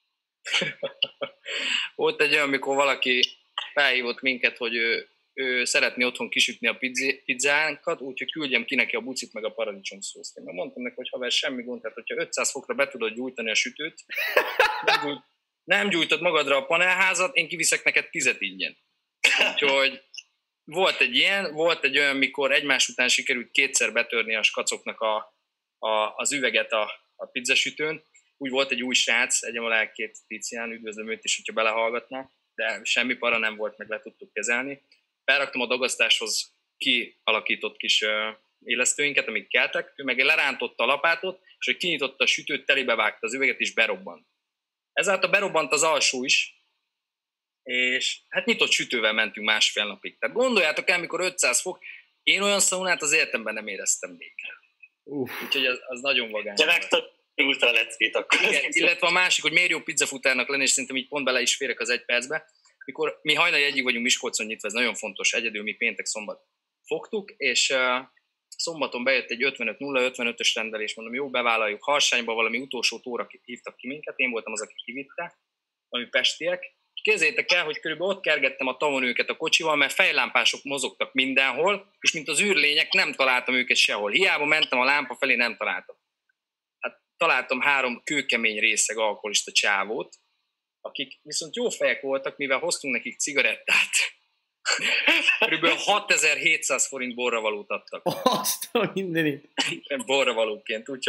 Volt egy olyan, amikor valaki felhívott minket, hogy ő, ő szeretné otthon kisütni a pizzánkat, úgyhogy küldjem ki neki a bucit meg a paradicsomszószt. Én mondtam neki, hogy haver, semmi gond, tehát hogyha ötszáz fokra be tudod gyújtani a sütőt, nem, gyújt, nem gyújtod magadra a panelházat, én kiviszek neked tizet ingyen. Úgyhogy volt egy ilyen, volt egy olyan, mikor egymás után sikerült kétszer betörni a skacoknak a, a, az üveget a, a pizzasütőn. Úgy volt egy új srác, egyem a lelkét Tícián, üdvözlöm őt is, hogyha belehallgatná, de semmi para nem volt, meg le tudtuk kezelni. Felraktam a dagasztáshoz kialakított kis uh, élesztőinket, amik keltek, ő meg lerántotta a lapátot, és hogy kinyitotta a sütőt, telébe vágta az üveget, és berobbant. Ezáltal berobbant az alsó is, és hát nyitott sütővel mentünk másfél napig. Tehát gondoljátok el, mikor ötszáz fok, én olyan szaunát az életemben nem éreztem még. Uh. Úgyhogy az, az nagyon vagány. De megtanult a leckét akkor. Igen, illetve a másik, hogy miért jó pizzafutárnak lenni, és szerintem így pont bele is férek az egy percbe. Mikor mi hajnali egyig vagyunk Miskolcon nyitva, ez nagyon fontos, egyedül mi péntek szombat fogtuk, és uh, szombaton bejött egy ötvenöt nulla ötvenötös rendelés, mondom, jó, bevállaljuk. Harsányba valami utolsó tóra hívtak ki minket, én voltam az, aki kivitte, ami pestiek. Képzeljétek el, hogy körülbelül ott kergettem a tavon őket a kocsival, mert fejlámpások mozogtak mindenhol, és mint az űrlények nem találtam őket sehol. Hiába mentem a lámpa felé, nem találtam. Hát találtam három kőkemény részeg alkoholista csávót, akik viszont jó fejek voltak, mivel hoztunk nekik cigarettát. Körülbelül hatezer-hétszáz forint borravalót adtak. Azt a mindenit. Borravalóként, úgyhogy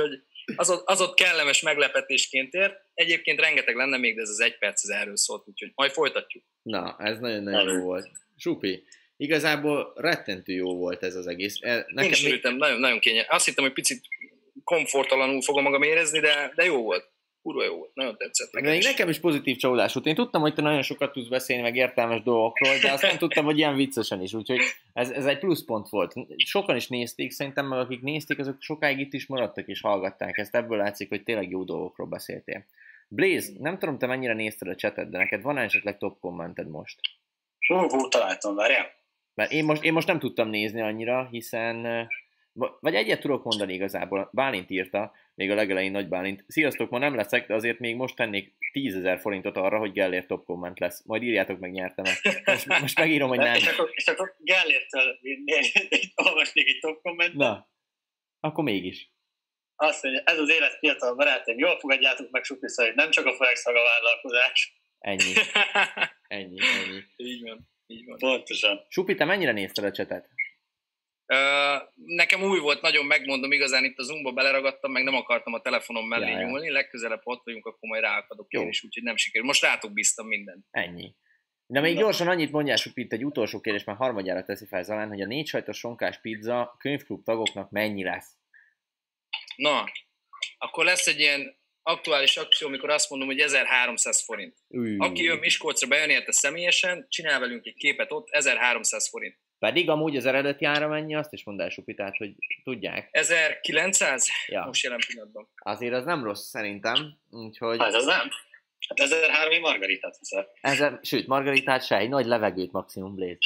Az ott, az ott kellemes meglepetésként ért. Egyébként rengeteg lenne még, de ez az egy perc ez erről szólt, úgyhogy majd folytatjuk. Na, ez nagyon-nagyon jó volt. Supi, igazából rettentő jó volt ez az egész. Nekem Én is még... ültem, nagyon, nagyon kényelmes. Azt hittem, hogy picit komfortalanul fogom magam érezni, de, de jó volt. Kurva jó volt, nagyon tetszett. Nekem is. nekem is pozitív csalódás volt. Én tudtam, hogy te nagyon sokat tudsz beszélni, meg értelmes dolgokról, de azt nem tudtam, hogy ilyen viccesen is, úgyhogy ez, ez egy pluszpont volt. Sokan is nézték, szerintem meg akik nézték, azok sokáig itt is maradtak és hallgatták ezt. Ebből látszik, hogy tényleg jó dolgokról beszéltél. Blaze, nem tudom, te mennyire nézted a chatet, de neked van esetleg top kommented most? Hú, hú, találtam, várjál. Mert én most, én most nem tudtam nézni annyira, hiszen... Vagy egyet tudok mondani igazából. Bálint írta, még a legelején Nagy Bálint. Sziasztok, ma nem leszek, de azért még most tennék tízezer forintot arra, hogy Gellért top komment lesz. Majd írjátok meg, nyertem-e. Most, most megírom, hogy nem. És akkor, és akkor Gellértől olvasnék egy top kommentet. Na, akkor mégis. Azt mondja, ez az élet fiatal barátaim, jól fogadjátok meg Supi Szait, nem csak a Forex a vállalkozás. Ennyi. Ennyi, ennyi. Így van, így van. Pontosan. Supi, te mennyire nézted a chatet? Uh, nekem új volt, nagyon megmondom, igazán itt a Zoomba beleragadtam, meg nem akartam a telefonom mellé ja, nyúlni, legközelebb ott vagyunk, akkor majd ráakadok én is, úgyhogy nem sikerül. Most rátok bíztam mindent. Ennyi. De még gyorsan annyit mondjál, Supi, itt egy utolsó kérdés, már harmadjára teszi fel Zalán, hogy a négy sajtos sonkás pizza könyvklub tagoknak mennyi lesz? Na, akkor lesz egy ilyen aktuális akció, amikor azt mondom, hogy ezerháromszáz forint. Ui. Aki jön Miskolcra, bejön érte személyesen, csinál velünk egy képet ott, ezerháromszáz forint. Pedig amúgy az eredeti ára mennyi, azt is mondd el, Supi, tehát, hogy tudják. ezerkilencszáz? Ja. Most jelen pillanatban. Azért az nem rossz szerintem, úgyhogy... Hát az nem. Hát ezerhárom margaritát hiszel. Ezer, sőt, margaritát se, egy nagy levegőt maximum, Blaze.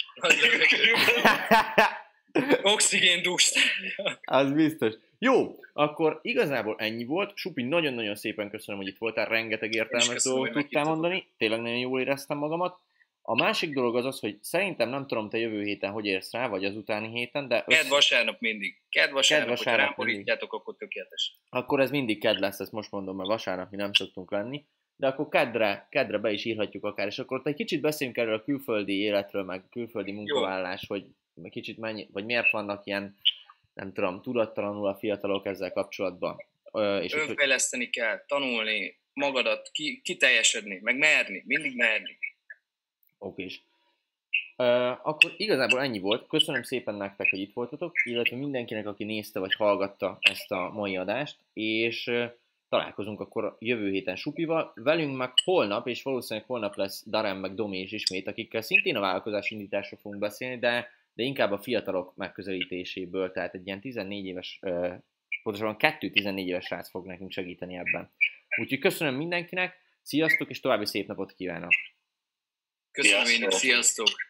Oxigéndúst. Az biztos. Jó, akkor igazából ennyi volt. Supi, nagyon-nagyon szépen köszönöm, hogy itt voltál, rengeteg értelmes dolgot tudtál mondani. Tényleg nagyon jól éreztem magamat. A másik dolog az az, hogy szerintem nem tudom, te jövő héten hogy érsz rá, vagy az utáni héten, de... Össze... Kedd vasárnap mindig. Kedd vasárnap, Kedd vasárnap hogyha rám borítjátok, akkor tökéletes. Akkor ez mindig kedd lesz, ezt most mondom, mert vasárnap mi nem szoktunk lenni. De akkor keddre, keddre be is írhatjuk akár, és akkor egy kicsit beszéljünk erről a külföldi életről, meg külföldi munkavállás, hogy kicsit mennyi, vagy miért vannak ilyen, nem tudom, tudattalanul a fiatalok ezzel kapcsolatban. És önfejleszteni hogy... kell, tanulni, magadat, ki, kiteljesedni, meg merni, mindig merni. Okés. Uh, akkor igazából ennyi volt. Köszönöm szépen nektek, hogy itt voltatok, illetve mindenkinek, aki nézte vagy hallgatta ezt a mai adást, és uh, találkozunk akkor jövő héten Supival. Velünk meg holnap, és valószínűleg holnap lesz Darren meg Domi is ismét, akikkel szintén a vállalkozás indításról fogunk beszélni, de, de inkább a fiatalok megközelítéséből, tehát egy ilyen tizennégy éves, uh, pontosabban kettő tizennégy éves srác fog nekünk segíteni ebben. Úgyhogy köszönöm mindenkinek, sziasztok, és további szép napot kívánok! Köszönöm én, sziasztok!